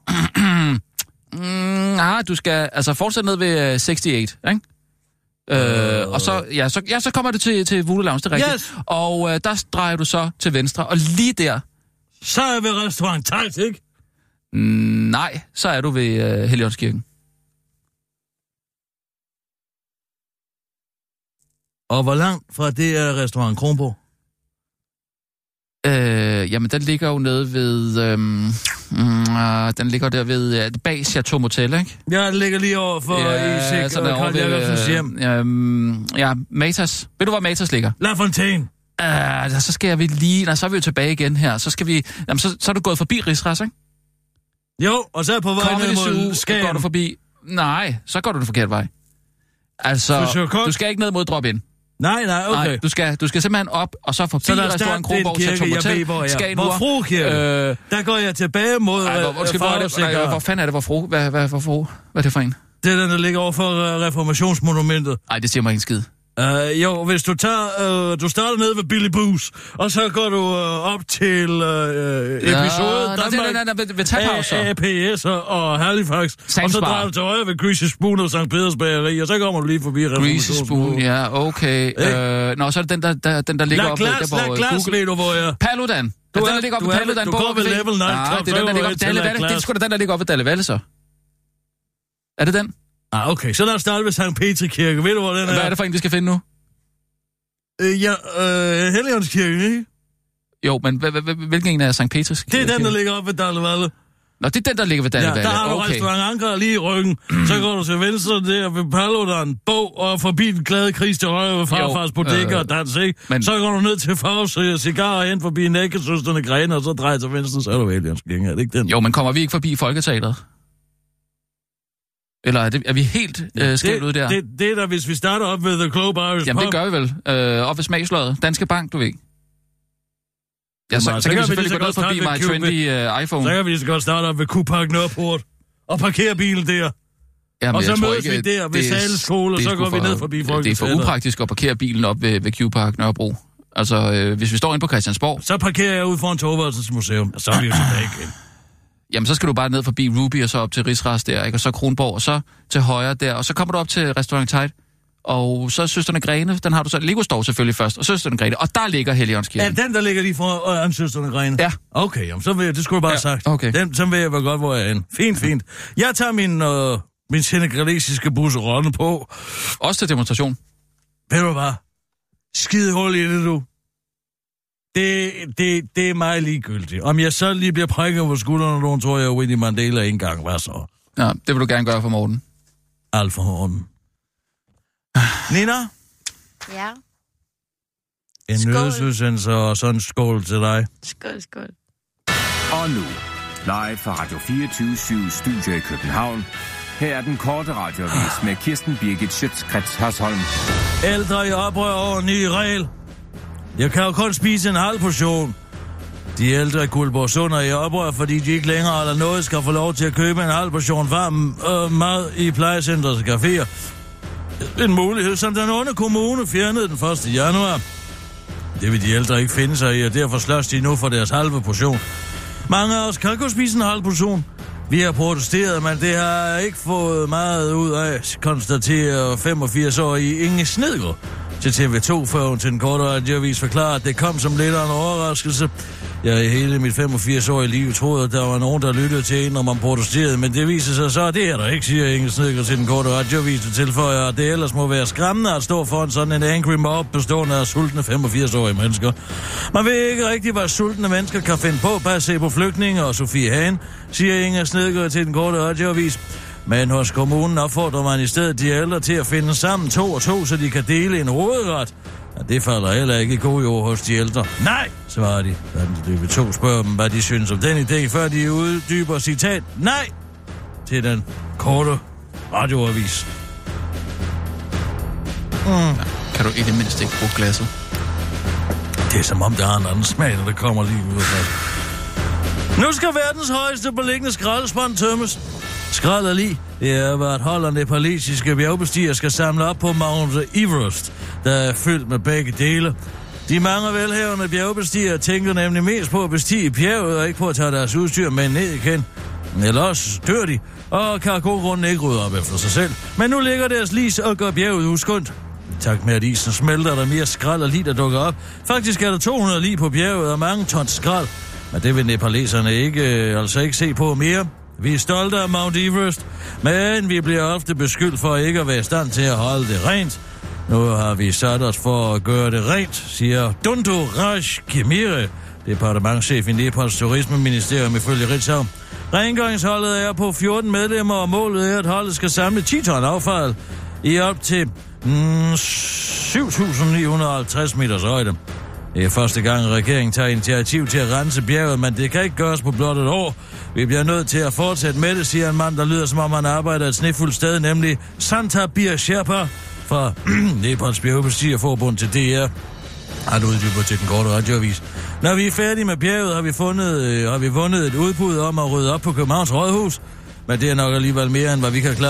Mm, nej, du skal altså fortsætte ned ved uh, seksogtres, ikke? Øh, uh, og så, ja, så, ja, så kommer du til, til Voodoo Lounge, det er rigtigt. Yes. Og uh, der drejer du så til venstre, og lige der... Så er jeg ved Restaurant Tide, ikke? Mm, nej, så er du ved uh, Helligåndskirken. Og hvor langt fra det er Restaurant Kronborg? Øh, jamen, den ligger jo nede ved... Øhm, øh, den ligger der ved... Øh, bag Chateau Motel, ikke? Ja, den ligger lige over for ja, Isik og Carl Jacobsens hjem. Øh, ja, Matas. Ved du, hvor Matas ligger? La Fontaine. Øh, så skal vi lige... Nej, så er vi jo tilbage igen her. Så skal vi... Jamen, så, så er du gået forbi Rigsras, ikke? Jo, og så er på vej ned mod Skagen. Går du forbi... Nej, så går du den forkerte vej. Altså, du skal ikke ned mod drop-in. Nej, nej, okay. Nej, du skal, du skal simpelthen op, og så forbi Restaurant Kronborg, Chateau Motel. Jeg ved, Skagen, hvor Fru Kirke. Øh, der går jeg tilbage mod... Ej, hvor, hvor, hvor, det, nej, hvor fanden er det, hvor Fru? Hvad, hvad, hvor Fru? Hvad er det for en? Det er den, der ligger over for uh, Reformationsmonumentet. Nej, det siger mig ikke en skid. Uh, jo, hvis du tager, uh, du starter ned ved Billy Boos, og så går du uh, op til uh, episode ja, Danmark, nej, nej, nej, ved tagpauser. A P S og Halifax, Sandsbar. Og så drejer du til højre ved Greasy Spoon og Sankt Peders Bageri, og så kommer du lige forbi Greasy Spoon, ja, okay. Øh, nå, så er det den, der, der, den, der ligger oppe der, hvor Google... Lad glas, ved du, hvor jeg... Paludan. Du er, den, der ligger oppe ved Paludan. Du går ved level nul. Nej, det er den, der ligger oppe ved Dalle Valle. Det er sgu da den, der ligger oppe ved Dalle Valle, så. Er det den? Ah, okay. Så lad os starte ved Sankt Petri Kirke. Ved du, hvor den er? Hvad er det for en, vi skal finde nu? Øh, ja, øh, Helligåndskirken, ikke? Jo, men hvilken en er Sankt Petris? Det er den, der ligger oppe ved Dalle Valle. Nå, det er den, der ligger ved Dalle Valle. Ja, der har du okay. Restaurant Anker lige i ryggen. Så går du til venstre der ved Paludan, Bog og forbi den glade Kris til højre ved farfars bodega og dans, ikke? Men... Så går du ned til Favs og cigarer hen forbi Nækkesøsterne Grene, og så drejer til venstre, så er du ved Helligåndskirken. Er det ikke den? Jo, men kommer vi ikke forbi Folketeatret? Eller er, det, er vi helt øh, skævt ud der? Det, det er da, hvis vi starter op ved The Globe Irish Jamen, Pub. det gør vi vel. Øh, op ved Smagsløjet. Danske Bank, du ved. Ja, så, så, så kan vi selvfølgelig gå ned forbi My Trendy uh, iPhone. Så kan vi så godt starte op ved Q-Park Nørreport og parkere bilen der. Jamen, og så mødes vi der ved Sales Skole, og så går vi ned forbi Folketeatret. Det er for upraktisk at parkere bilen op ved, ved Q-Park Nørrebro. Altså, øh, hvis vi står inde på Christiansborg... Så parkerer jeg ud foran Togværelsesmuseum, og så er vi jo tilbage igen. Jamen, så skal du bare ned forbi Ruby, og så op til Rigsras der, ikke? Og så Kronborg, og så til højre der, og så kommer du op til Restaurant Tide. Og så Søsterne Grene, den har du så... Lego står selvfølgelig først, og Søsterne Grene, og der ligger Helligåndskirken. Ja, den der ligger lige for øh, Søsterne Grene? Ja. Okay, jamen, så vil jeg, det skulle du bare have ja, sagt. Okay. Den, så ved jeg godt, hvor jeg er henne. Fint, fint. Jeg tager min, øh, min senegalesiske busseronde på. Også til demonstration. Ved du hvad? Skide hul i det, du. Det, det, det er mig ligegyldigt. Om jeg så lige bliver prikket på skulderen, og nogen tror, jeg er Winnie Mandela en gang. Hvad så? Ja, det vil du gerne gøre for Morten. Alt for Morten. Nina? Ja? En nødsudsendelse og sådan en skål til dig. Skål, skål. Og nu, live fra Radio fireogtyve syv Studio i København. Her er den korte radioavis med Kirsten Birgit Schøtz-Krets Hørsholm. Ældre i oprør over ny regel. Jeg kan jo kun spise en halv portion. De ældre i Guldborgsund er i oprør, fordi de ikke længere eller noget skal få lov til at købe en halv portion varm øh, mad i plejecentrets caféer. En mulighed, som den onde kommune fjernede den første januar. Det vil de ældre ikke finde sig i, og derfor slås de nu for deres halve portion. Mange af os kan kun spise en halv portion. Vi har protesteret, men det har ikke fået meget ud af, konstaterer femogfirs-årige Inge Snedgaard til T V to, før hun til den korte radioavis forklarer, at det kom som lidt af en overraskelse. Jeg i hele mit femogfirs-årige liv troede, at der var nogen, der lyttede til en, når man protesterede, men det viser sig så, at det er der ikke, siger Inge Snedgaard til den korte radioavis, og tilføjer, at det ellers må være skræmmende at stå foran sådan en angry mob bestående af sultne femogfirs-årige mennesker. Man ved ikke rigtigt, hvad sultne mennesker kan finde på, bare se på flygtninge og Sofie Hagen, siger Inge Snedgaard til den korte radioavis. Men hos kommunen opfordrer man i stedet de ældre til at finde sammen to og to, så de kan dele en råderet. Og det falder heller ikke i god jord hos de ældre. Nej, svarer de. Da T V to spørger dem, hvad de synes om den idé, før de uddyber citat. Nej, til den korte radioavis. Mm. Ja, kan du i det mindste ikke bruge glasset? Det er som om, der er en anden smag, når der kommer lige ud af. Nu skal verdens højeste beliggende skraldespand tømmes. Skrald er lige. Det er, hvad et hold af nepalesiske bjergbestiger skal samle op på Mount Everest, der er fyldt med begge dele. De mange velhavende bjergbestiger tænker nemlig mest på at bestige bjerget og ikke på at tage deres udstyr med ned igen. Eller også dør de, og kan af god grund ikke rydde op efter sig selv. Men nu ligger deres lis og gør bjerget uskundt. Tak med, at isen smelter, der mere skrald og lig, der dukker op. Faktisk er der to hundrede lig på bjerget og mange tons skrald. Men det vil nepaleserne ikke, altså ikke se på mere. Vi er stolte af Mount Everest, men vi bliver ofte beskyldt for ikke at være i stand til at holde det rent. Nu har vi sat os for at gøre det rent, siger Dundu Raj Kimire, departementschef i Nepals turismeministerium ifølge Ritzau. Rengøringsholdet er på fjorten medlemmer, og målet er, at holdet skal samle ti ton affald i op til mm, syv tusind ni hundrede og halvtreds meters højde. Det er første gang, regeringen tager initiativ til at rense bjerget, men det kan ikke gøres på blot et år. Vi bliver nødt til at fortsætte med det, siger en mand, der lyder som om han arbejder et snefuldt sted, nemlig Santa Bir Sherpa fra Nepals bjergbestigerforbund til D R. Han uddyber til den korte radioavis. Når vi er færdige med bjerget, har vi, fundet, øh, har vi vundet et udbud om at rydde op på Københavns Rådhus, men det er nok alligevel mere, end hvad vi kan klare.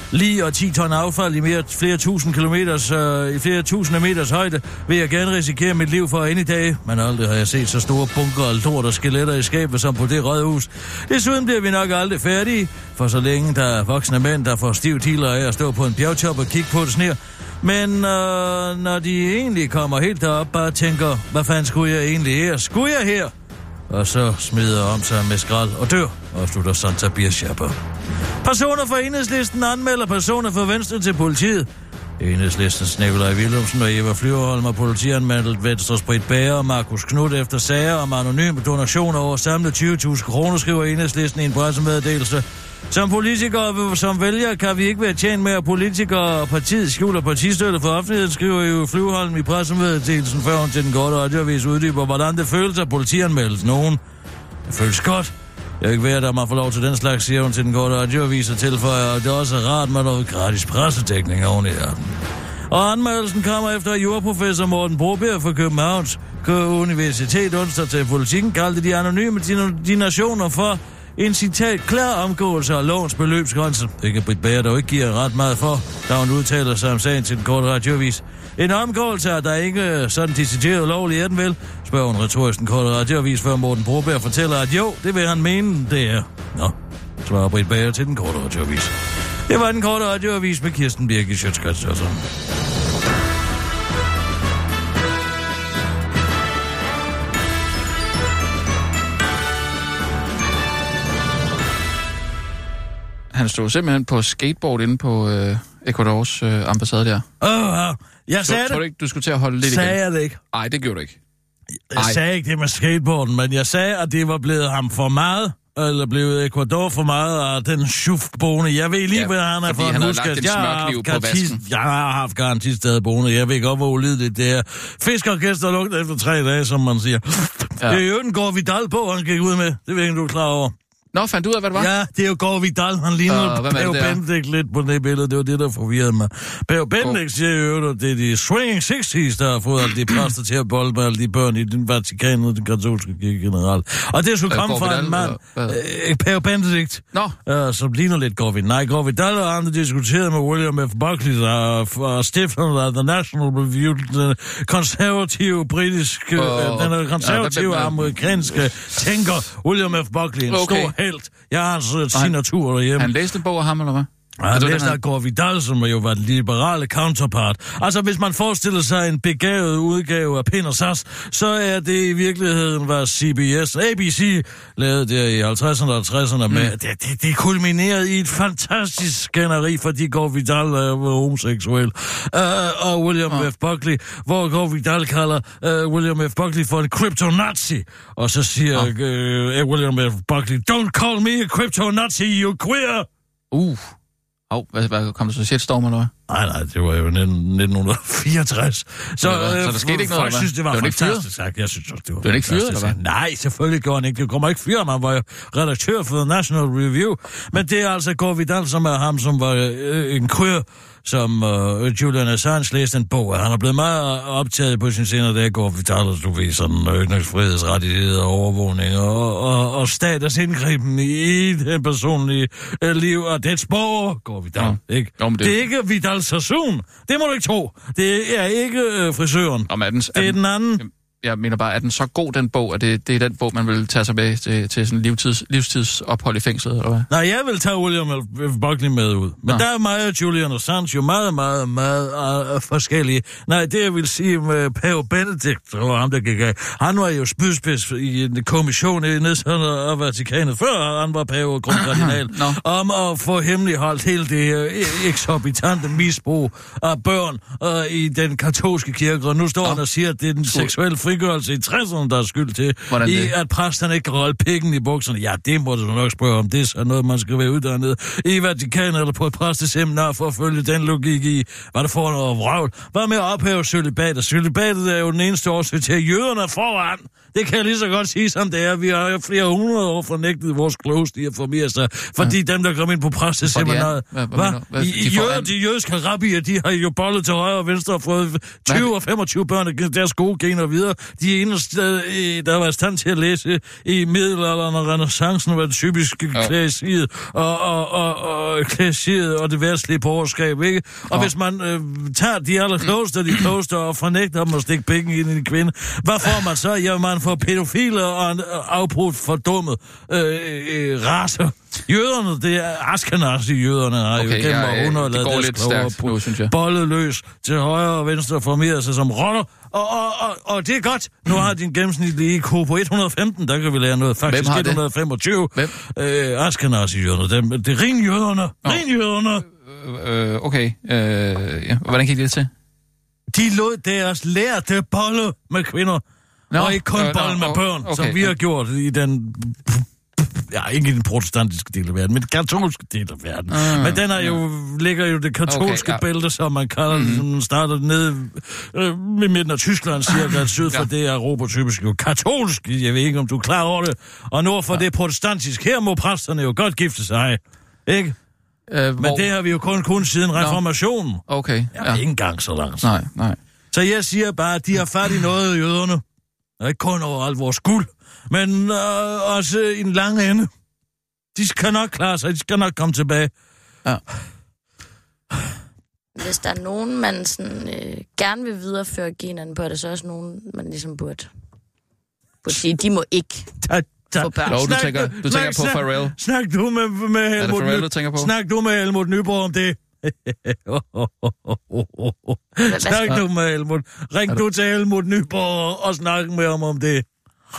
lige og ti ton affald i mere, flere tusind kilometers, øh, i flere tusinde meters højde, vil jeg gerne risikere mit liv for en i dag. Men aldrig har jeg set så store bunker og lort og skeletter i skabet som på det rådhus. Desuden bliver vi nok aldrig færdige, for så længe der er voksne mænd, der får stiv tiler af at stå på en bjergtop og kigge på det sner. Men øh, når de egentlig kommer helt derop, bare tænker, hvad fanden skulle jeg egentlig her? Skulle jeg her? Og så smider om sig med skrald og dør, og slutter Santa Birschapper. Personer fra Enhedslisten anmelder personer fra Venstre til politiet. Enhedslistens Nikolaj Willumsen og Eva Flyverholm har politianmeldt Venstres Britt Bager og Markus Knudt efter sager om anonyme donationer over samlet tyve tusind kroner, skriver Enhedslisten i en pressemeddelelse. Som politikere, som vælger, kan vi ikke være tjent med, at politikere og partiet skjuler partistøtte for offentligheden, skriver jo Flyverholm i pressemeddelelsen, før hun til den korte radioavis uddyber, hvordan det føles at politianmeldes nogen. Det føles godt. Jeg er ikke værd, at man får lov til den slags, siger hun til den korte radioavis og tilføjer, og det er også rart med noget gratis pressedækning oven i den. Og anmeldelsen kommer efter, at juraprofessor Morten Broberg fra Københavns Universitet onsdag til Politikken kaldte de anonyme donationer for en citat klar omgåelse af lovens beløbsgrænse. Det kan Britt Bager dog ikke give ret meget for, da hun udtaler sig om sagen til den korte radioavis. En omgåelse er der ikke sådan decideret lovlig, er den vel? Spørger hun retorisk den korte radioavis, før Morten Broberg fortæller, at jo, det vil han mene, det er. Nå, svarer Britt Bager til den korte radioavis. Det var den korte radioavis med Kirsten Birgit Schøtz. Han stod simpelthen på skateboard inde på øh, Ecuadors øh, ambassade der. Åh, oh, oh. Jeg sagde så, det. Tror du ikke, du skulle til at holde lidt sagde igen? Sagde jeg det ikke? Nej, det gjorde du ikke. Jeg Ej. sagde ikke det med skateboarden, men jeg sagde, at det var blevet ham for meget, eller blevet Ecuador for meget af den schuftboende. Jeg ved lige, ja, hvad han er for en husk, at jeg har, garantis, jeg har haft garantistad boende. Jeg ved godt, hvor ulideligt det er. Fiskorkester lugter efter tre dage, som man siger. Ja. Det er jo den Gård Vidal på, han gik ud med. Det ved ikke, du er klar over. Nå, fandt du ud af, hvad det var? Ja, det er jo Gård Vidal. Han ligner uh, Peo Benedikt lidt på det billede. Det var det, der forvirrede mig. Peo Benedikt siger jo, at det er de swinging sixties, der har fået alle de præster til at bolde med alle de børn i den Vatikan og den katolske kirke generelt. Og det skulle komme fra en mand, øh, Peo Benedikt, øh, som ligner lidt Gård Vidal. Nej, Gård Vidal og andre diskuterede med William F. Buckley, der er stifterne af The National Review, den konservative britiske, uh, den konservative ja, amerikanske tænker, William F. Buckley, en okay. stor helt. Jeg har hans uh, signatur derhjemme. Han læste en bog af ham, eller hvad? Ja, han læste af Gård Vidal, som jo var den liberale counterpart. Altså, hvis man forestiller sig en begavet udgave af Pind og Sass, så er det i virkeligheden, hvad C B S, A B C lavede der i halvtredserne og tresserne med. Mm. Det, det, det kulminerede i et fantastisk skænderi, fordi Gård Vidal var homoseksuel. Uh, og William oh. F. Buckley, hvor Gård Vidal kalder uh, William F. Buckley for en kryptonazi. Og så siger oh. uh, William F. Buckley, don't call me a kryptonazi, you queer! Uh. Åh, oh, hvad, hvad kom der så shitstorm eller hvad? Nej, nej, det var jo nitten fireogtres. Så, så, øh, så der skete ikke noget, folk synes, det var, det var fantastisk sagt. Jeg synes også, det var det var ikke fyret, eller hvad? Nej, selvfølgelig gjorde han ikke. Det kommer ikke fyret, man var jo redaktør for The National Review. Men det er altså Gård Vidal, som er ham, som var øh, en kryr, som øh, Julian Assange læste en bog af. Han er blevet meget optaget på sin senere dag, Gård Vidal, du ved, sådan ytringsfrihedsrettigheder, overvågning og, og, og staters indgriben i det personlige øh, liv og det spor, Gård Vidal, ja. Ikke? Jo, det... det er ikke Vidal Sassoon. Det må du ikke tro. Det er ikke øh, frisøren. Om er den, det er, er den anden. Jeg mener bare, er den så god, den bog, at det, det er den bog, man vil tage sig med til, til sådan en livstids, livstidsophold i fængslet, eller hvad? Nej, jeg vil tage William F. Buckley med ud. Men Nå. der er mig og Julian Assange jo meget, meget, meget uh, forskellige. Nej, det jeg vil sige med Peo Benedikt, og ham der gik af, han var jo spydspids i en kommission i nedsætter af Vatikanet, før han var Peo grundkardinal, om at få hemmeligholdt hele det uh, eksorbitante misbrug af børn uh, i den katolske kirke, og nu står Nå. han og siger, at det er den seksuelle frigørelse i tresserne, der er skyld til, i at præsterne ikke kan holde pikken i bukserne. Ja, det må du nok spørge om. Det er så noget, man skal være uddannet i Vatikanet eller på et præsteseminar for at følge den logik i, hvad det får noget vrøvl. Hvad med at ophæve cølibatet? Cølibatet er jo den eneste årsag til, at jøderne foran. Det kan jeg lige så godt sige, som det er. Vi har jo flere hundrede år fornægtet vores klogeste i at formere sig, fordi ja. dem, der kom ind på præsteseminaret, hvad, hvad, hvad, hvad, de, jøder, de jødiske rabbier, de har jo bollet til højre og venstre og fået tyve og femogtyve børn af deres gode gener videre de eneste, der var i stand til at læse i middelalderen og renaissancen, var det typiske ja. klæsiet og, og, og, og klæsiet og det værtslige borgerskab, ikke? Og ja. hvis man øh, tager de allerklogeste, de klogeste og fornægter dem at stikke penge ind i en kvinde, hvad får man så? Ja, man får pædofile og en afbrudt fordummet øh, øh, race. Jøderne, det er Ashkenazi-jøderne, har okay, jo gennem ja, århundreder det går lidt stærkt nu, synes jeg. Bollet løs til højre og venstre, formeret sig som rotter, og, og, og, og det er godt. Nu har din gennemsnitlige I Q på et hundrede og femten, der kan vi lære noget. Faktisk et hundrede og femogtyve. Hvem? Øh, Ashkenazi-jøderne, det, det er rinjøderne, rinjøderne. Øh, øh, okay, øh, ja. Hvordan gik det til? De lod deres lærte bolle med kvinder, no, og ikke kun øh, bolle no, med børn, okay, som vi har gjort i den... Ja, ikke i den protestantiske del af verden, men den katolske del af verden. Uh, men den er jo, ja. ligger jo det katolske okay, ja. bælte, som man kalder mm-hmm. det, som starter nede øh, i midten af Tyskland, cirka syd for ja. det er Europa typisk jo katolsk. Jeg ved ikke, om du er klar over det. Og nord for ja. det er protestantisk. Her må præsterne jo godt gifte sig, ikke? Uh, men hvor... det har vi jo kun kun siden reformationen. No. Okay. Ja, ja. Ikke engang så langt. Nej, nej. Så jeg siger bare, at de har fat i noget, jøderne. Og ikke kun over alt vores guld, men øh, også i en lang ende. De skal nok klare sig, de skal nok komme tilbage. Ja. Hvis der er nogen, man sådan, øh, gerne vil videreføre generne på, er det så også nogen, man ligesom burde, burde sige, de må ikke da, da. få børn. Nå, du tænker, du tænker snak, på Pharrell. Snak du med, med Helmut, er det Pharrell, du tænker på? Snak du med Helmut Nyborg om det. Snak du med Helmut. Ring du til Helmut Nyborg og snak med ham om det.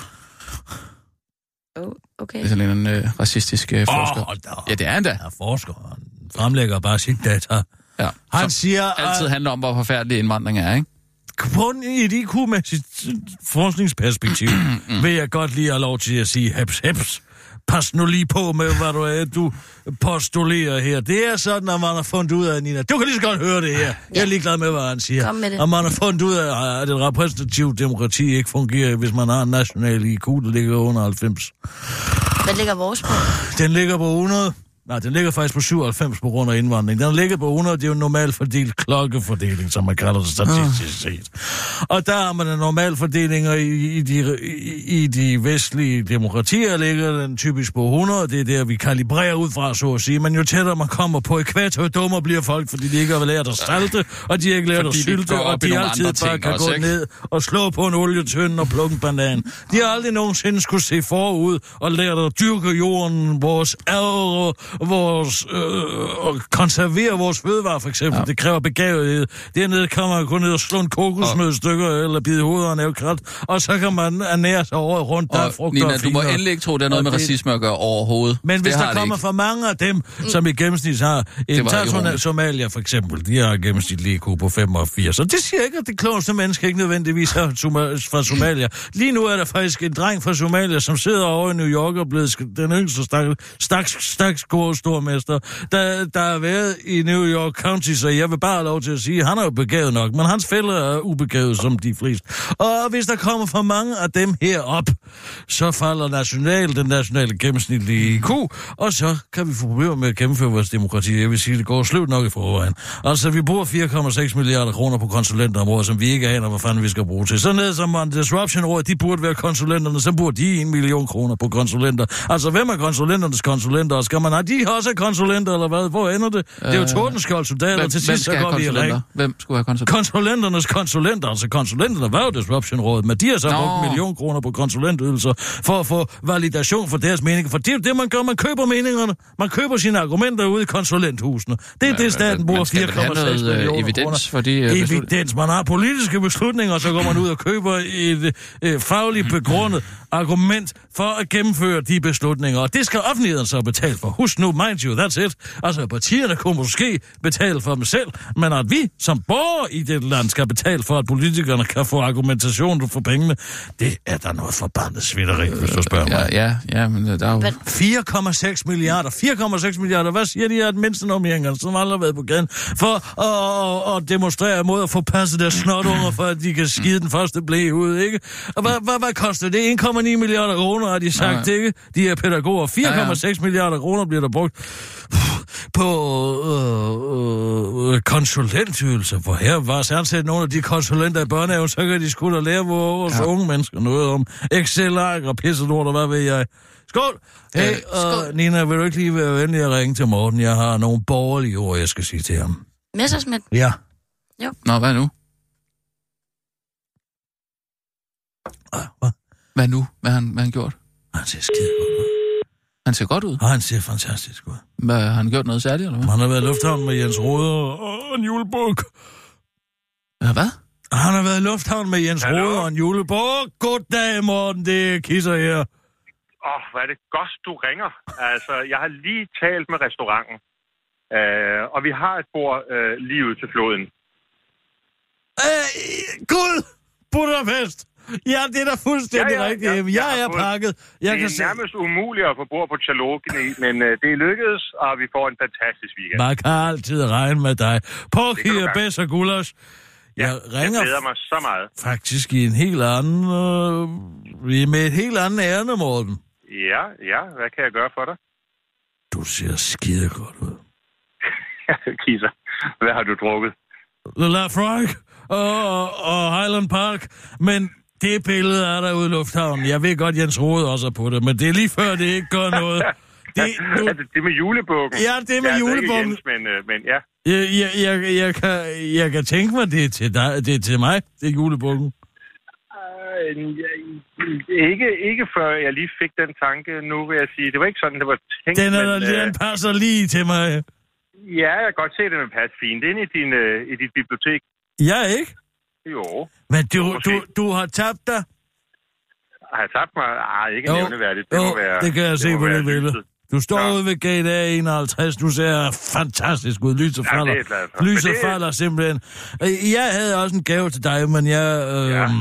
Oh, okay. Det er sådan en øh, racistisk øh, forsker. Oh, ja, det er han da. Ja, forsker. Han fremlægger bare sit data. Ja. Han siger... altid uh, handler om, hvor forfærdelig indvandring er, ikke? På et I Q-mæssigt forskningsperspektiv vil jeg godt lige have lov til at sige heps, heps. Pas nu lige på med, hvad du er, du postulerer her. Det er sådan, at man har fundet ud af, Nina. Du kan lige så godt høre det her. Jeg er ligeglad med, hvad han siger. Kom med det. Og man har fundet ud af, at det repræsentative demokrati ikke fungerer, hvis man har en national I Q, der ligger under halvfems. Hvad ligger vores på? Den ligger på hundrede. Nej, den ligger faktisk på syvoghalvfems på grund af indvandring. Den ligger på hundrede, det er jo en normal fordelt klokkefordeling, som man kalder det statistisk set. Og der har man en normal fordeling, og i, i, de, i, i de vestlige demokratier ligger den typisk på hundrede. Det er der, vi kalibrerer ud fra, så at sige. Men jo tættere man kommer på ekvator, jo dummere bliver folk, fordi de ikke har lært at salte, og de har ikke lært at sylte, og de altid bare kan gå ned og slå på en olietønde og plukke en banan. De har aldrig nogensinde skulle se forud og lært at dyrke jorden, vores ærger, vores øh, og konservere vores fødevarer, for eksempel. Ja. Det kræver begavethed. Dernede kan man gå ned og slå en kokosnødstykker, og... eller bide hovedet og næve krat, og så kan man ernære sig over rundt, der er frugter Nina, og du må endelig ikke tro, det er noget med det... racisme at gøre overhovedet. Men hvis det der kommer for mange af dem, som i gennemsnit har en tager Somalia, for eksempel, de har gennemsnitlig I Q på femogfirs, og det siger ikke, at det klogeste menneske ikke nødvendigvis er fra Somalia. Lige nu er der faktisk en dreng fra Somalia, som sidder over i New York og blevet den yngste staks staks stormester, der, der har været i New York County, så jeg vil bare have lov til at sige, han er jo begavet nok, men hans fælder er ubegavet som de fleste. Og hvis der kommer for mange af dem herop, så falder national, den nationale gennemsnitlige I Q, og så kan vi få problemer med at gennemføre vores demokrati. Jeg vil sige, det går slut nok i forvejen. Altså, vi bruger fire komma seks milliarder kroner på konsulenter om året, som vi ikke aner, hvad fanden vi skal bruge til. Så ned som man disruption-råd, de burde være konsulenterne, så burde de en million kroner på konsulenter. Altså, hvem er konsulenternes konsulenter, og skal man have de også konsulenter, eller hvad? Hvor ender det? Det er jo Tordenskjold-soldater, til sidst så går vi i ring. Hvem skulle have konsulenter? Konsulenternes konsulenter, altså konsulenterne var jo Disruption-rådet, men de har så brugt en million kroner på konsulentydelser for at få validation for deres meninger. For det er det, man gør, man køber meningerne. Man køber sine argumenter ude i konsulenthusene. Det er ja, det, staten bruger fire komma seks millioner evidens kroner. For de, uh, evidens. Man har politiske beslutninger, og så går man ud og køber et øh, fagligt begrundet argument for at gennemføre de beslutninger. Og det skal offentligheden så betale for. Husk nu, mind you, that's it. Altså, partierne kunne måske betale for dem selv, men at vi som borgere i det land skal betale for, at politikerne kan få argumentation for pengene, det er der noget forbandet svitteri, hvis du spørger mig. Ja, ja, men der er jo... fire komma seks milliarder. fire komma seks milliarder. Hvad siger de, at mindste normeringerne, som aldrig har været på gaden, for at, at demonstrere mod at få passet deres snotunger, for at de kan skide den første blæ ud, ikke? Og hvad, hvad, hvad koster det? en komma ni milliarder kroner, har de sagt, ja, ikke? De er pædagoger. fire komma seks ja, ja. milliarder kroner bliver der brugt. på øh, øh, konsulentydelser, for her var særligt nogle af de konsulenter i børnehaven, så kan de sgu da lære vores ja. unge mennesker noget om Excel-ark og pisselort, og hvad ved jeg. Skål! Hey, uh, Nina, vil du ikke lige være venlig at ringe til Morten? Jeg har nogle borgerlige ord, jeg skal sige til ham. Messerschmidt? Ja. Jo. Nå, hvad nu? Ah, hvad? Hvad nu? Hvad har han, hvad han gjort? Han ser skide godt ud. Han ser godt ud? Og han ser fantastisk ud. Hvad, har han gjort noget særligt, eller hvad? Han har været i lufthavnen med Jens Rode og en julebuk. Ja, hvad? Han har været i lufthavnen med Jens Rode og en julebuk. Goddag, Morten, det er Kisser her. Åh, oh, hvad er det godt, du ringer. Altså, jeg har lige talt med restauranten, øh, og vi har et bord øh, lige ud til floden. Øh, Gud! Budapest! Ja, det er da fuldstændig ja, ja, rigtigt. Ja, jeg, jeg er fået, pakket. Jeg det er kan nærmest se... umuligt at få bord på Chalogini, men øh, det er lykkedes, og vi får en fantastisk weekend. Man kan altid regne med dig. Påkige, bedst og gulders. Ja, jeg ringer jeg glæder mig så meget. Faktisk i en helt anden... Øh, med et helt andet ærne, Morten. Ja, ja. Hvad kan jeg gøre for dig? Du ser skide godt ud. Kisser, hvad har du drukket? The Lafroig og, og Highland Park. Men det billede er der ude i lufthavnen. Jeg ved godt, Jens Rode også er på det, men det er lige før, det ikke gør noget. Det, du... altså, det med julebukken? Ja, det med ja, julebukken. Jens, men, øh, men ja. Jeg, jeg, jeg, jeg, kan, jeg kan tænke mig, det er til dig, det er til mig, det er julebukken. Ikke, ikke før jeg lige fik den tanke, nu vil jeg sige. Det var ikke sådan, det var tænkt. Den er der lige, øh... den passer lige til mig. Ja, jeg kan godt se, at den passer fint ind i, din, øh, i dit bibliotek. Ja, ikke? Jo. Men du, du, du har tabt dig? Har jeg tabt mig? Ej, ikke jo. nævneværdigt. Det, jo, må være, det kan jeg det se på det billede. Du står ja. ude ved gate A enoghalvtreds, du ser fantastisk ud. Lyset falder. Ja, Lyset det... falder simpelthen. Jeg havde også en gave til dig, men jeg... Øh, ja.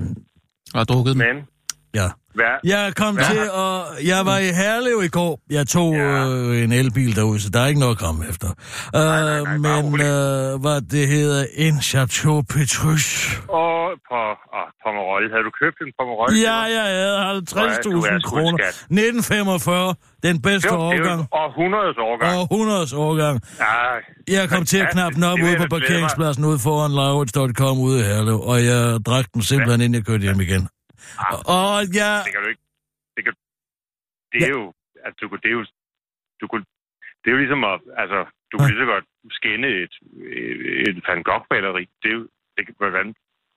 har drukket den. Men? Ja. Hvad? Jeg kom Hvad? til, og jeg var i Herlev i går. Jeg tog ja. øh, en elbil derude, så der er ikke noget at komme efter. Uh, nej, nej, nej, men øh, hvad det hedder, en Chateau Petrus. Og på oh, Pomerol. Havde du købt en Pomerol? Ja, jeg havde halvtreds tusind kroner. nitten femogfyrre, den bedste det var, årgang. Det var århundredes årgang. Århundredes årgang. Ja, jeg kom til at knappe den op ude på parkeringspladsen ude foran Laurits punktum com ude i Herlev, og jeg drak den simpelthen, inden jeg kørte hjem igen. Ah, og ja... Det kan du ikke... Det, kan, det er ja. jo... Altså, du, det er jo... Du kunne, det er jo ligesom at... Altså, du kan ja. lige så godt skinne et, et, et Van Gogh-maleri. Det er jo... Det kan, hvordan...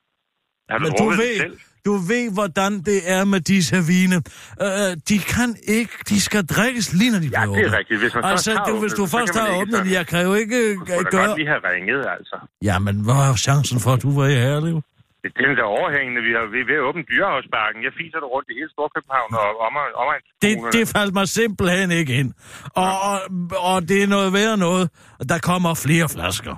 Har du, du ved, selv? Du ved, hvordan det er med disse vine. Uh, de kan ikke... De skal drikkes lige, når de bliver åbnet. Ja, det er rigtigt. Hvis, man altså, først du, har hvis du først har åbnet den, jeg kan jo ikke du gøre... Du godt lige have ringet, altså. Ja, men hvad er chancen for, at du var i Herlev? Det er den der overhængende. Vi er ved at åbne Dyrehavsparken. Jeg fiser det rundt i hele Storkøbenhavn og omegn. Det, det faldt mig simpelthen ikke ind. Og, og, og det er noget værd noget. Der kommer flere flasker.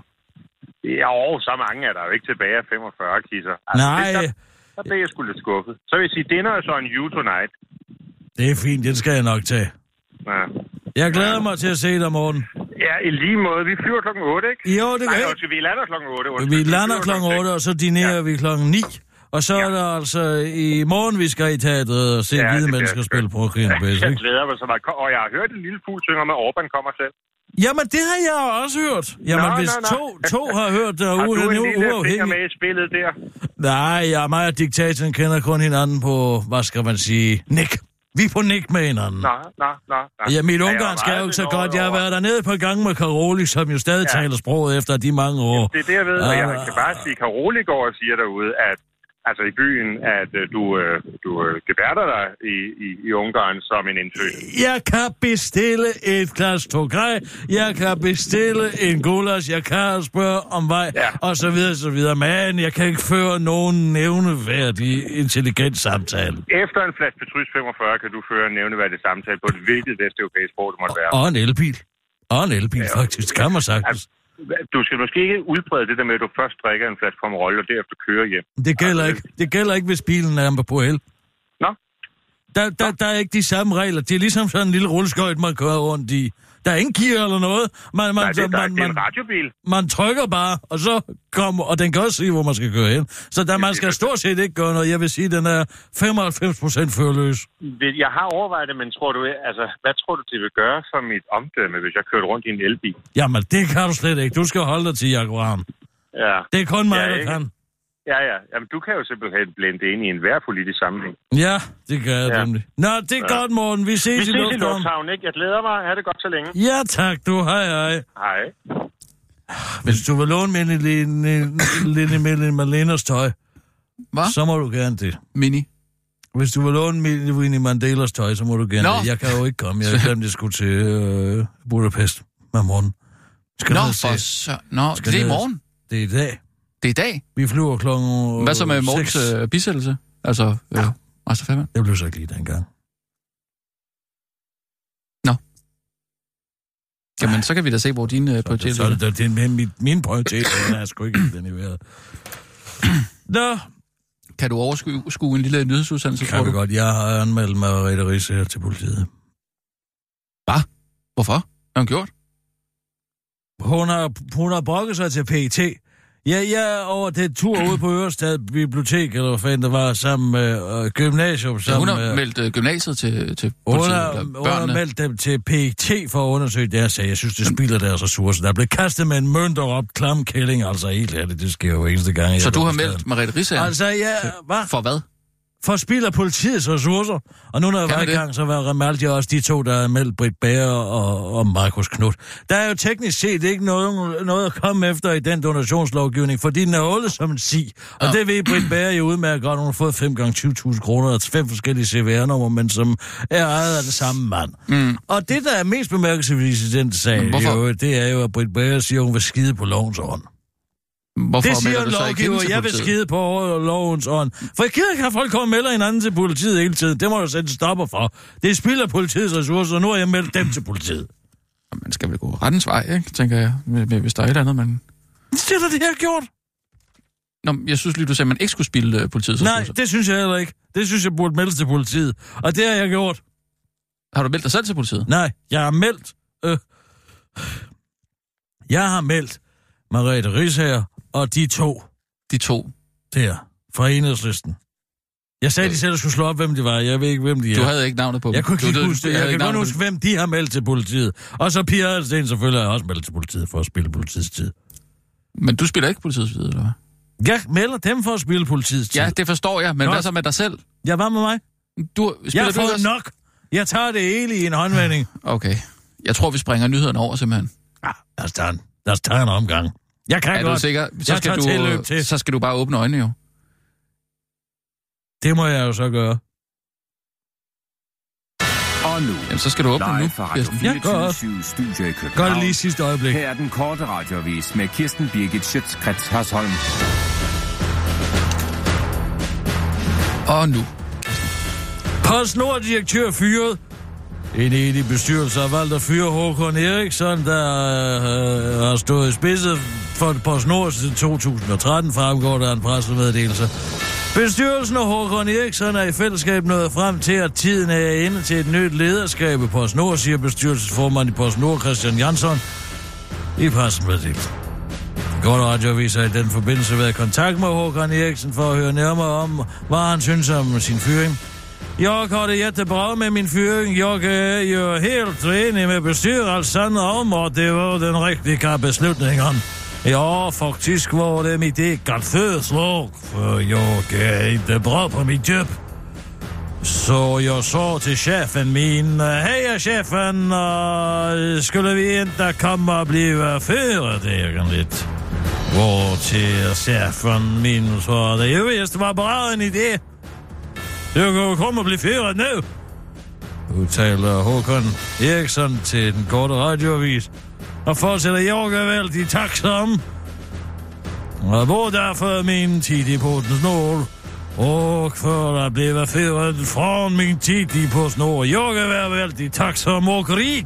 Ja, og så mange er der jo ikke tilbage af femogfyrre kisser. Altså, Nej. Det, der, der blev jeg sgu lidt skuffet. Så vil jeg sige, dinner er så en you tonight. Det er fint, det skal jeg nok tage. Ja. Jeg glæder mig til at se dig, Morten. Ja, i lige måde. Vi flyver klokken otte, ikke? Jo, det kan Nej, vi lander klokken otte. Vi lander klokken otte, og så dinerer ja. vi klokken ni. Og så ja. er der altså i morgen, vi skal i teatret og se ja, hvide mennesker spille på Krigenbæs, ikke? Jeg glæder mig så meget. Og jeg har hørt en lille fugl synger med Orbán kommer selv. Jamen, det har jeg også hørt. Jamen, nå, hvis nå, nå. To, to har hørt det ude, har du en lille uafhængig... finger med i spillet der? Nej, jeg mig og diktatoren kender kun hinanden på, hvad skal man sige, Nick. Vi er på Nick med hinanden. Nå, nå, nå. Ja, mit ungarsk er jo ikke så godt. Jeg har været dernede på gang med Karoli, som jo stadig ja. taler sproget efter de mange år. Det er det, jeg ved. Og jeg kan bare sige, Karoli går og siger derude, at altså i byen, at uh, du, uh, du uh, gebærder dig i, i, i Ungarn som en indfødt. Jeg kan bestille et glas togrej, jeg kan bestille en gulas, jeg kan spørge om vej, ja. og så videre, så videre. Men jeg kan ikke føre nogen nævneværdig intelligent samtale. Efter en flaske Petrus femogfyrre kan du føre en nævneværdig samtale på et hvilket vesteuropæisk sprog, det måtte være. Og en elbil. Og en elbil, ja. faktisk. Kan man sagtens. Du skal måske ikke udbrede det der med, at du først drikker en flaske Pomerol, og derefter kører hjem. Det gælder, altså, ikke. Det gælder ikke, hvis bilen er på el. Nå? Der, der, der er ikke de samme regler. Det er ligesom sådan en lille rulleskøjt, man kører rundt i. Der er ingen gear eller noget. Man, man, Nej, det, der, man, det er en man, radiobil. man trykker bare, og så kommer... Og den kan også sige, hvor man skal køre hen. Så der, man skal stort set ikke gøre noget. Jeg vil sige, den er femoghalvfems procent førløs. Jeg har overvejet det, men tror du... Altså, hvad tror du, det vil gøre for mit omdømme, hvis jeg kørte rundt i en elbil? Jamen, det kan du slet ikke. Du skal holde dig til Jaguaren. Ja. Det er kun mig, ja, der ikke? kan. Ja, ja. Jamen, du kan jo simpelthen blende ind i enhver politisk sammenhæng. Ja, det kan jeg ja. nemlig. Nå, det er ja. godt, Morten. Vi ses, Vi i ses lufthavn. i lufthavn, ikke? Jeg glæder mig. Ha' det godt så længe. Ja, tak du. Hej, hej. Hej. Hvis du vil låne min lille Mille Marlenas tøj, Hva? så må du gerne det. Mini. Hvis du vil låne min Winnie Mandelas tøj, så må du gerne Nå. det. Jeg kan jo ikke komme. Jeg glemte, jeg skulle til øh, Budapest med morgen. Skal Nå, ned for til- så... Nå, skal det er i ned- morgen. Det er i dag. Det er i dag. Vi flyver klokken Hvad så med Mortens seks. øh, bisættelse? Altså, øh, Master Femmer? Jeg blev så ikke lige dengang. Jamen, så kan vi da se, hvor dine øh, prioriteter Så er ligger. det, det, det er min, min prioritet, den er sgu ikke den i vejret. Nå, Kan du overskue skue en lille nyhedsudsendelse, tror kan vi du? godt. Jeg har anmeldt Merete Riisager til politiet. Hvad? Hvorfor? Hvad har hun gjort? Hun har, hun har brokket sig til P E T. Ja, jeg er over det tur ude på Ørestad Bibliotek, eller hvad fanden det var, sammen med øh, gymnasium. Ja, hun Sammen har med, meldt øh, gymnasiet til, til hun politiet, har, eller hun har børnene. meldt dem til P E T for at undersøge deres sag. Jeg synes, det spilder deres ressourcer. Der er blevet kastet med en mønter op, klam kælling, altså helt ærligt, det sker jo eneste gang. jeg Så går du på har staden. meldt Merete Riisager? Altså, ja, hvad? For hvad? For spild af politiets ressourcer. Og nu når jeg Kan var i man det? gang, så var Ramaldi også de to, der er meldt Britt Bager og, og Markus Knudt. Der er jo teknisk set ikke noget, noget at komme efter i den donationslovgivning, fordi den er hullet som en si. Og Ja. det ved Britt Bager jo udmærket godt. Hun har fået fem gange tyve tusind kroner og fem forskellige C V R-numre, men som er ejet af det samme mand. Mm. Og det, der er mest bemærkelsesvist i den sag, Hvorfor? jo, det er jo, at Britt Bager siger, at hun vil skide på lovens ånd. Hvorfor Det siger melder en du så ikke hende lovgiver, til jeg vil politiet? skide på lovens ånd. For jeg gider ikke have folk komme og melder hinanden til politiet hele tiden. Det må du sætte en stopper for. Det er spild af politiets ressourcer, og nu har jeg meldt dem til politiet. Man skal vel gå rettens vej, ikke? Tænker jeg, hvis der er et eller andet, man... Det er da det, jeg har gjort. Nå, jeg synes lige, du sagde, at man ikke skulle spilde politiets Nej, ressourcer. det synes jeg heller ikke. Det synes jeg burde meldes til politiet. Og det har jeg gjort. Har du meldt dig selv til politiet? Nej, jeg har meldt... Øh, jeg har meldt Merete Riisager og de to De to. der fra Enhedslisten. Jeg sagde, de selv skulle slå op, hvem de var. Jeg ved ikke, hvem de er. Du havde ikke navnet på dem. Jeg kunne Du- ikke du- huske det. havde Jeg kan ikke kun navnet huske, på hvem de har meldt til politiet. Og så Pia Adelsteen selvfølgelig har også meldt til politiet for at spille politiets tid. dem. Men du spiller ikke politiets tid, eller hvad? Jeg melder dem for at spille politiets tid. Ja, det forstår jeg, men Nå. hvad så med dig selv? Jeg var med mig. Du, Jeg spiller har du fået også? nok. Jeg tager det hele i en håndvending. Okay. Jeg tror, vi springer nyhederne over, simpelthen. Ah, lad os tage en, lad os tage en omgang. Jeg kan Er godt. du sikker? Så Jeg skal tager du, tilløb til. så skal du bare åbne øjnene, jo. Det må jeg jo så gøre. Og nu, Jamen, så skal du åbne nu, live fra Radio Kirsten. Ja, godt. fireogtyve syv Studio i København. Gør det lige i sidste øjeblik. Her er den korte radioavis med Kirsten Birgit Schøtzgrads Hasholm. Og nu. PostNord-direktør fyret. En enig bestyrelse har valgt at fyre Håkon Eriksson, der øh, har stået i spidset for PostNord siden to tusind og tretten, fremgår der en pressemeddelelse. Bestyrelsen og Håkon Eriksson er i fællesskab nået frem til, at tiden er inde til et nyt lederskab i PostNord, siger bestyrelsesformand i PostNord, Christian Jansson, i pressemeddelelsen. Godt radioavis har i den forbindelse været i kontakt med Håkon Eriksson for at høre nærmere om, hvad han synes om sin fyring. Jeg har det jättebra med min fyring. Jeg er jo helt enig med bestyrelsen om, at det var den rigtige beslutningen. Ja, faktisk var det mit eget forslag, for jeg er ikke bra på mit jobb. Så jag sa till chefen min, hej chefen, uh, skulle vi inte komma bli föret egentligt? Och till chefen min svarade, jo visst, det var bra en idé. Du kommer bli fyret nu, udtaler Håkon Eriksson til den korte radioavis. Og fortsætter, jeg er vældig takksom. Og både for min tid i PostNord og for at blive fyret fra min tid i PostNord. Jeg er vældig takksom og rig.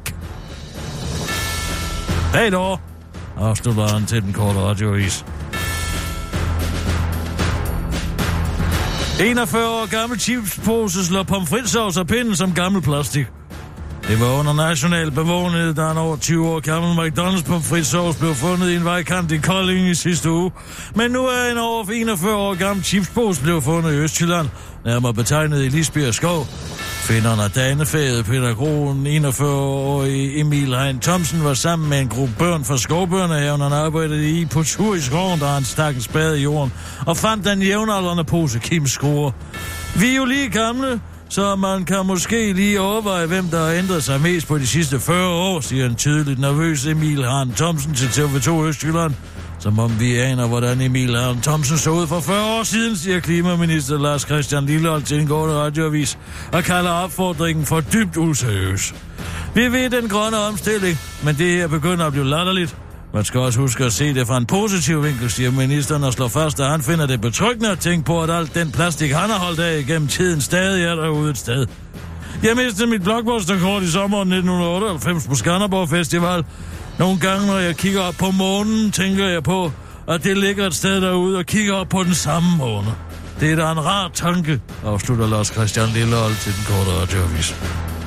Hej då, afslutter han til den korte radioavis. enogfyrre år gammel chipspose slår pomfritsauce og pinden som gammel plastik. Det var under national bevågenhed, da en over tyve år gammel McDonald's pomfritsauce blev fundet i en vejkant i Kolding i sidste uge. Men nu er en over enogfyrre år gammel chipspose blev fundet i Østjylland, nærmere betegnet i Lisbjerg Skov. Finderen af danefæget pædagogen enogfyrre-årige Emil Hein Thomsen var sammen med en gruppe børn fra skovbørnehaven, han arbejdede i på tur i skoven, da han stak en spade i jorden, og fandt den jævnaldrende pose Kims skruer. Vi er jo lige gamle, så man kan måske lige overveje, hvem der har ændret sig mest på de sidste fyrre år, siger en tydeligt nervøs Emil Hein Thomsen til T V to Østjylland. Som om vi aner, hvordan Emil Hein Thomsen så ud for fyrre år siden, siger klimaminister Lars Christian Lilleholt til en korte radioavis, og kalder opfordringen for dybt useriøs. Vi ved den grønne omstilling, men det her begynder at blive latterligt. Man skal også huske at se det fra en positiv vinkel, siger ministeren, og slår fast, at han finder det betryggende at tænke på, at alt den plastik, han har holdt af igennem tiden, stadig er derude et sted. Jeg mistede mit blockbusterkort i sommeren nitten otteoghalvfems på Skanderborg Festival. Nogle gange, når jeg kigger op på månen, tænker jeg på, at det ligger et sted derude og kigger op på den samme måne. Det er da en rar tanke, afslutter Lars Christian Lilleholt til den korte radioavis.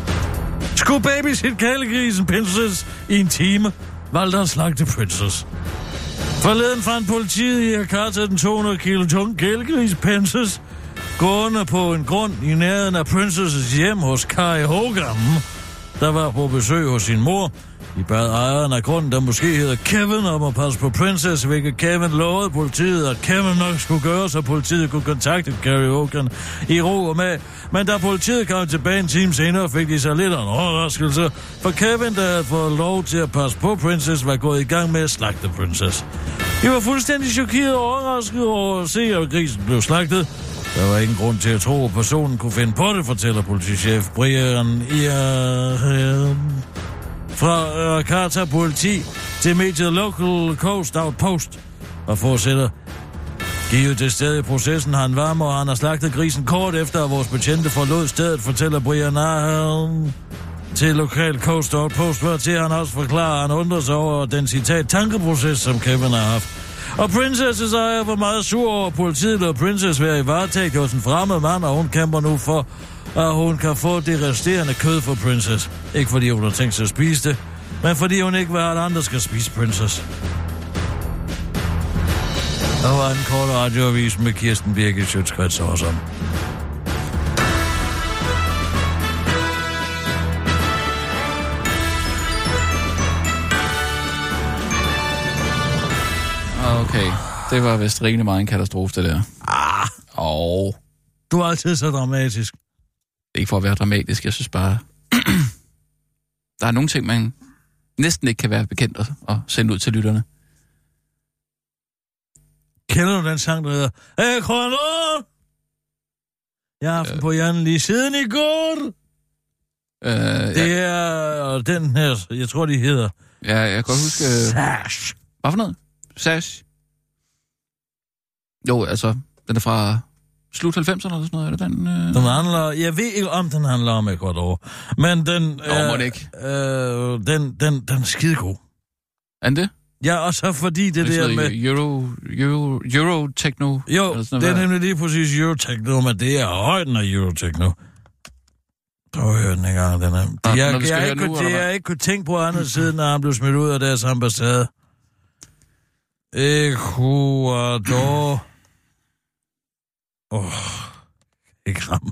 Skulle babys hit kælegrisen Princess i en time, valgte at slagte Princess. Forleden fandt politiet i Jakarta den to hundrede kilo tunge kælegris Princess gående på en grund i nærheden af Princess' hjem hos Kai Hogan, der var på besøg hos sin mor. De bad ejeren af grunden, der måske hedder Kevin, om at passe på Princess, hvilket Kevin lovede politiet, at Kevin nok skulle gøre, så politiet kunne kontakte Gary Hogan i ro og med. Men da politiet kom tilbage en time senere, fik de sig lidt af en overraskelse, for Kevin, der havde fået lov til at passe på Princess, var gået i gang med at slagte Princess. De var fuldstændig chokeret og overrasket over at se, at grisen blev slagtet. Der var ingen grund til at tro, at personen kunne finde på det, fortæller politichef Brian Ian fra Jakarta politi til mediet Local Coast Outpost og fortsætter. Givet til stedet i processen har han varme, og han har slagtet grisen kort efter, at vores betjente forlod stedet, fortæller Brian Ahem til Local Coast Outpost, hvor til han også forklarer, at han undrer sig over den citat tankeproces, som Kevin har haft. Og Princess' ejer var meget sur over, politiet og Princess være i varetægt hos en fremmed mand, og hun kæmper nu for, at hun kan få det resterende kød for Princess. Ikke fordi hun har tænkt sig at spise det, men fordi hun ikke vil have, at andre skal spise Princess. Der var en kort radioavis med Kirsten Birgit Schøtz-Krets også om. Okay, det var vist rigtig meget en katastrofe, det der. Ah, oh. Du er altid så dramatisk. Det er ikke for at være dramatisk, jeg synes bare... Der er nogle ting, man næsten ikke kan være bekendt at sende ud til lytterne. Kender du den sang, der hedder Ecuador? Jeg har haft den på hjernen lige siden i går. Øh, det ja. er den her, jeg tror, de hedder... Ja, jeg kan godt huske... Sash. Hvad for noget? Sash? Jo, altså, den er fra slut halvfemserne eller sådan noget, er det den? Øh... Den handler... Jeg ved ikke, om den handler om Ecuador, men den... Nå, øh, må det ikke. Øh, den, den, den er skidegod. Er det? Ja, og så fordi det, det der med... Euro, Euro, Euro-techno? Jo, det er der. Nemlig lige præcis Euro-techno, men det er højden af Euro-techno. Prøv at høre den en gang, den her. Ah, jeg jeg, jeg, ikke, kunne, jeg ikke kunne tænke på andet siden, når han blev smidt ud af deres ambassade. Ecuador. Åh, oh, ikke ramme.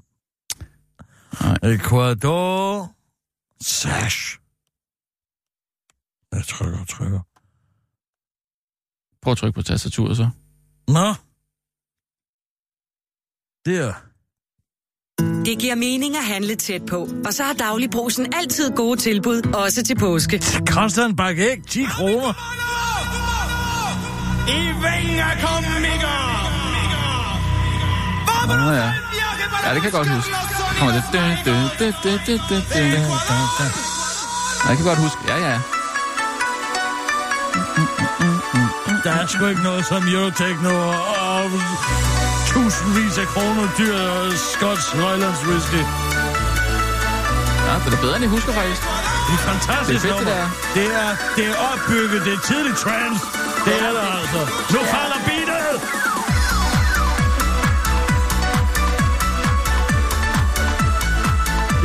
Ecuador. Sash. Jeg trykker, trykker. Prøv at trykke på tastaturet, så. Nå. Der. Det giver mening at handle tæt på, og så har Dagligbrugsen altid gode tilbud, også til påske. Det koster en bakke æg, ti kroner. I Venga Comica! Nå ja. Ja, det kan jeg godt huske. Kommer det. Ja, jeg kan godt huske. Ja, ja. Der er sgu ikke noget som Eurotechno og tusindvis af kroner dyr og Scotch Highlands whisky. Ja, det er bedre, end jeg husker faktisk. Det er fantastisk det er fedt, nummer. Det er, det er opbygget, det er tidligt trance. Det er der altså. Nu falder beatet!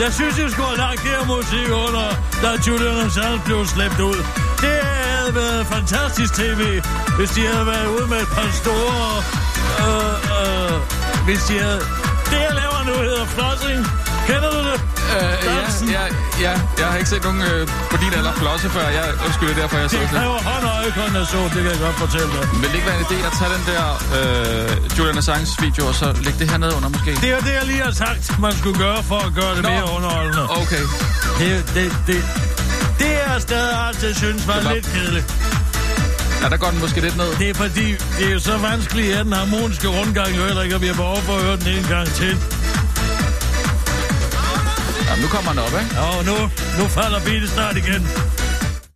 Jeg synes, jeg skulle have lagt det her musik under, da Julian Assange blev slæbt ud. Det havde været fantastisk tv, hvis de havde været ude med et par store... Øh, øh, hvis de havde... Det, jeg laver nu, hedder flossing. Kender du det? Øh, ja, ja, ja. Jeg har ikke set nogen øh, på din alder flosse før. Jeg undskylder derfor, jeg så det. Det kræver hånd- og øjekoordination, det kan jeg godt fortælle dig. Men det ikke være en idé at tage den der øh, Julian Assange video, og så lægge det her ned under måske? Det er jo det, jeg lige har sagt, man skulle gøre for at gøre det Nå. mere underholdende. Okay. Det, det, det, det er stadig altid synes var, var lidt kedeligt. Ja, der går den måske lidt ned. Det er fordi, det er jo så vanskeligt, at den harmoniske rundgang jo heller ikke, og vi har behov for at høre den en gang til. Ja, nu kommer den op, ikke? Ja, nu, nu falder beatet snart igen.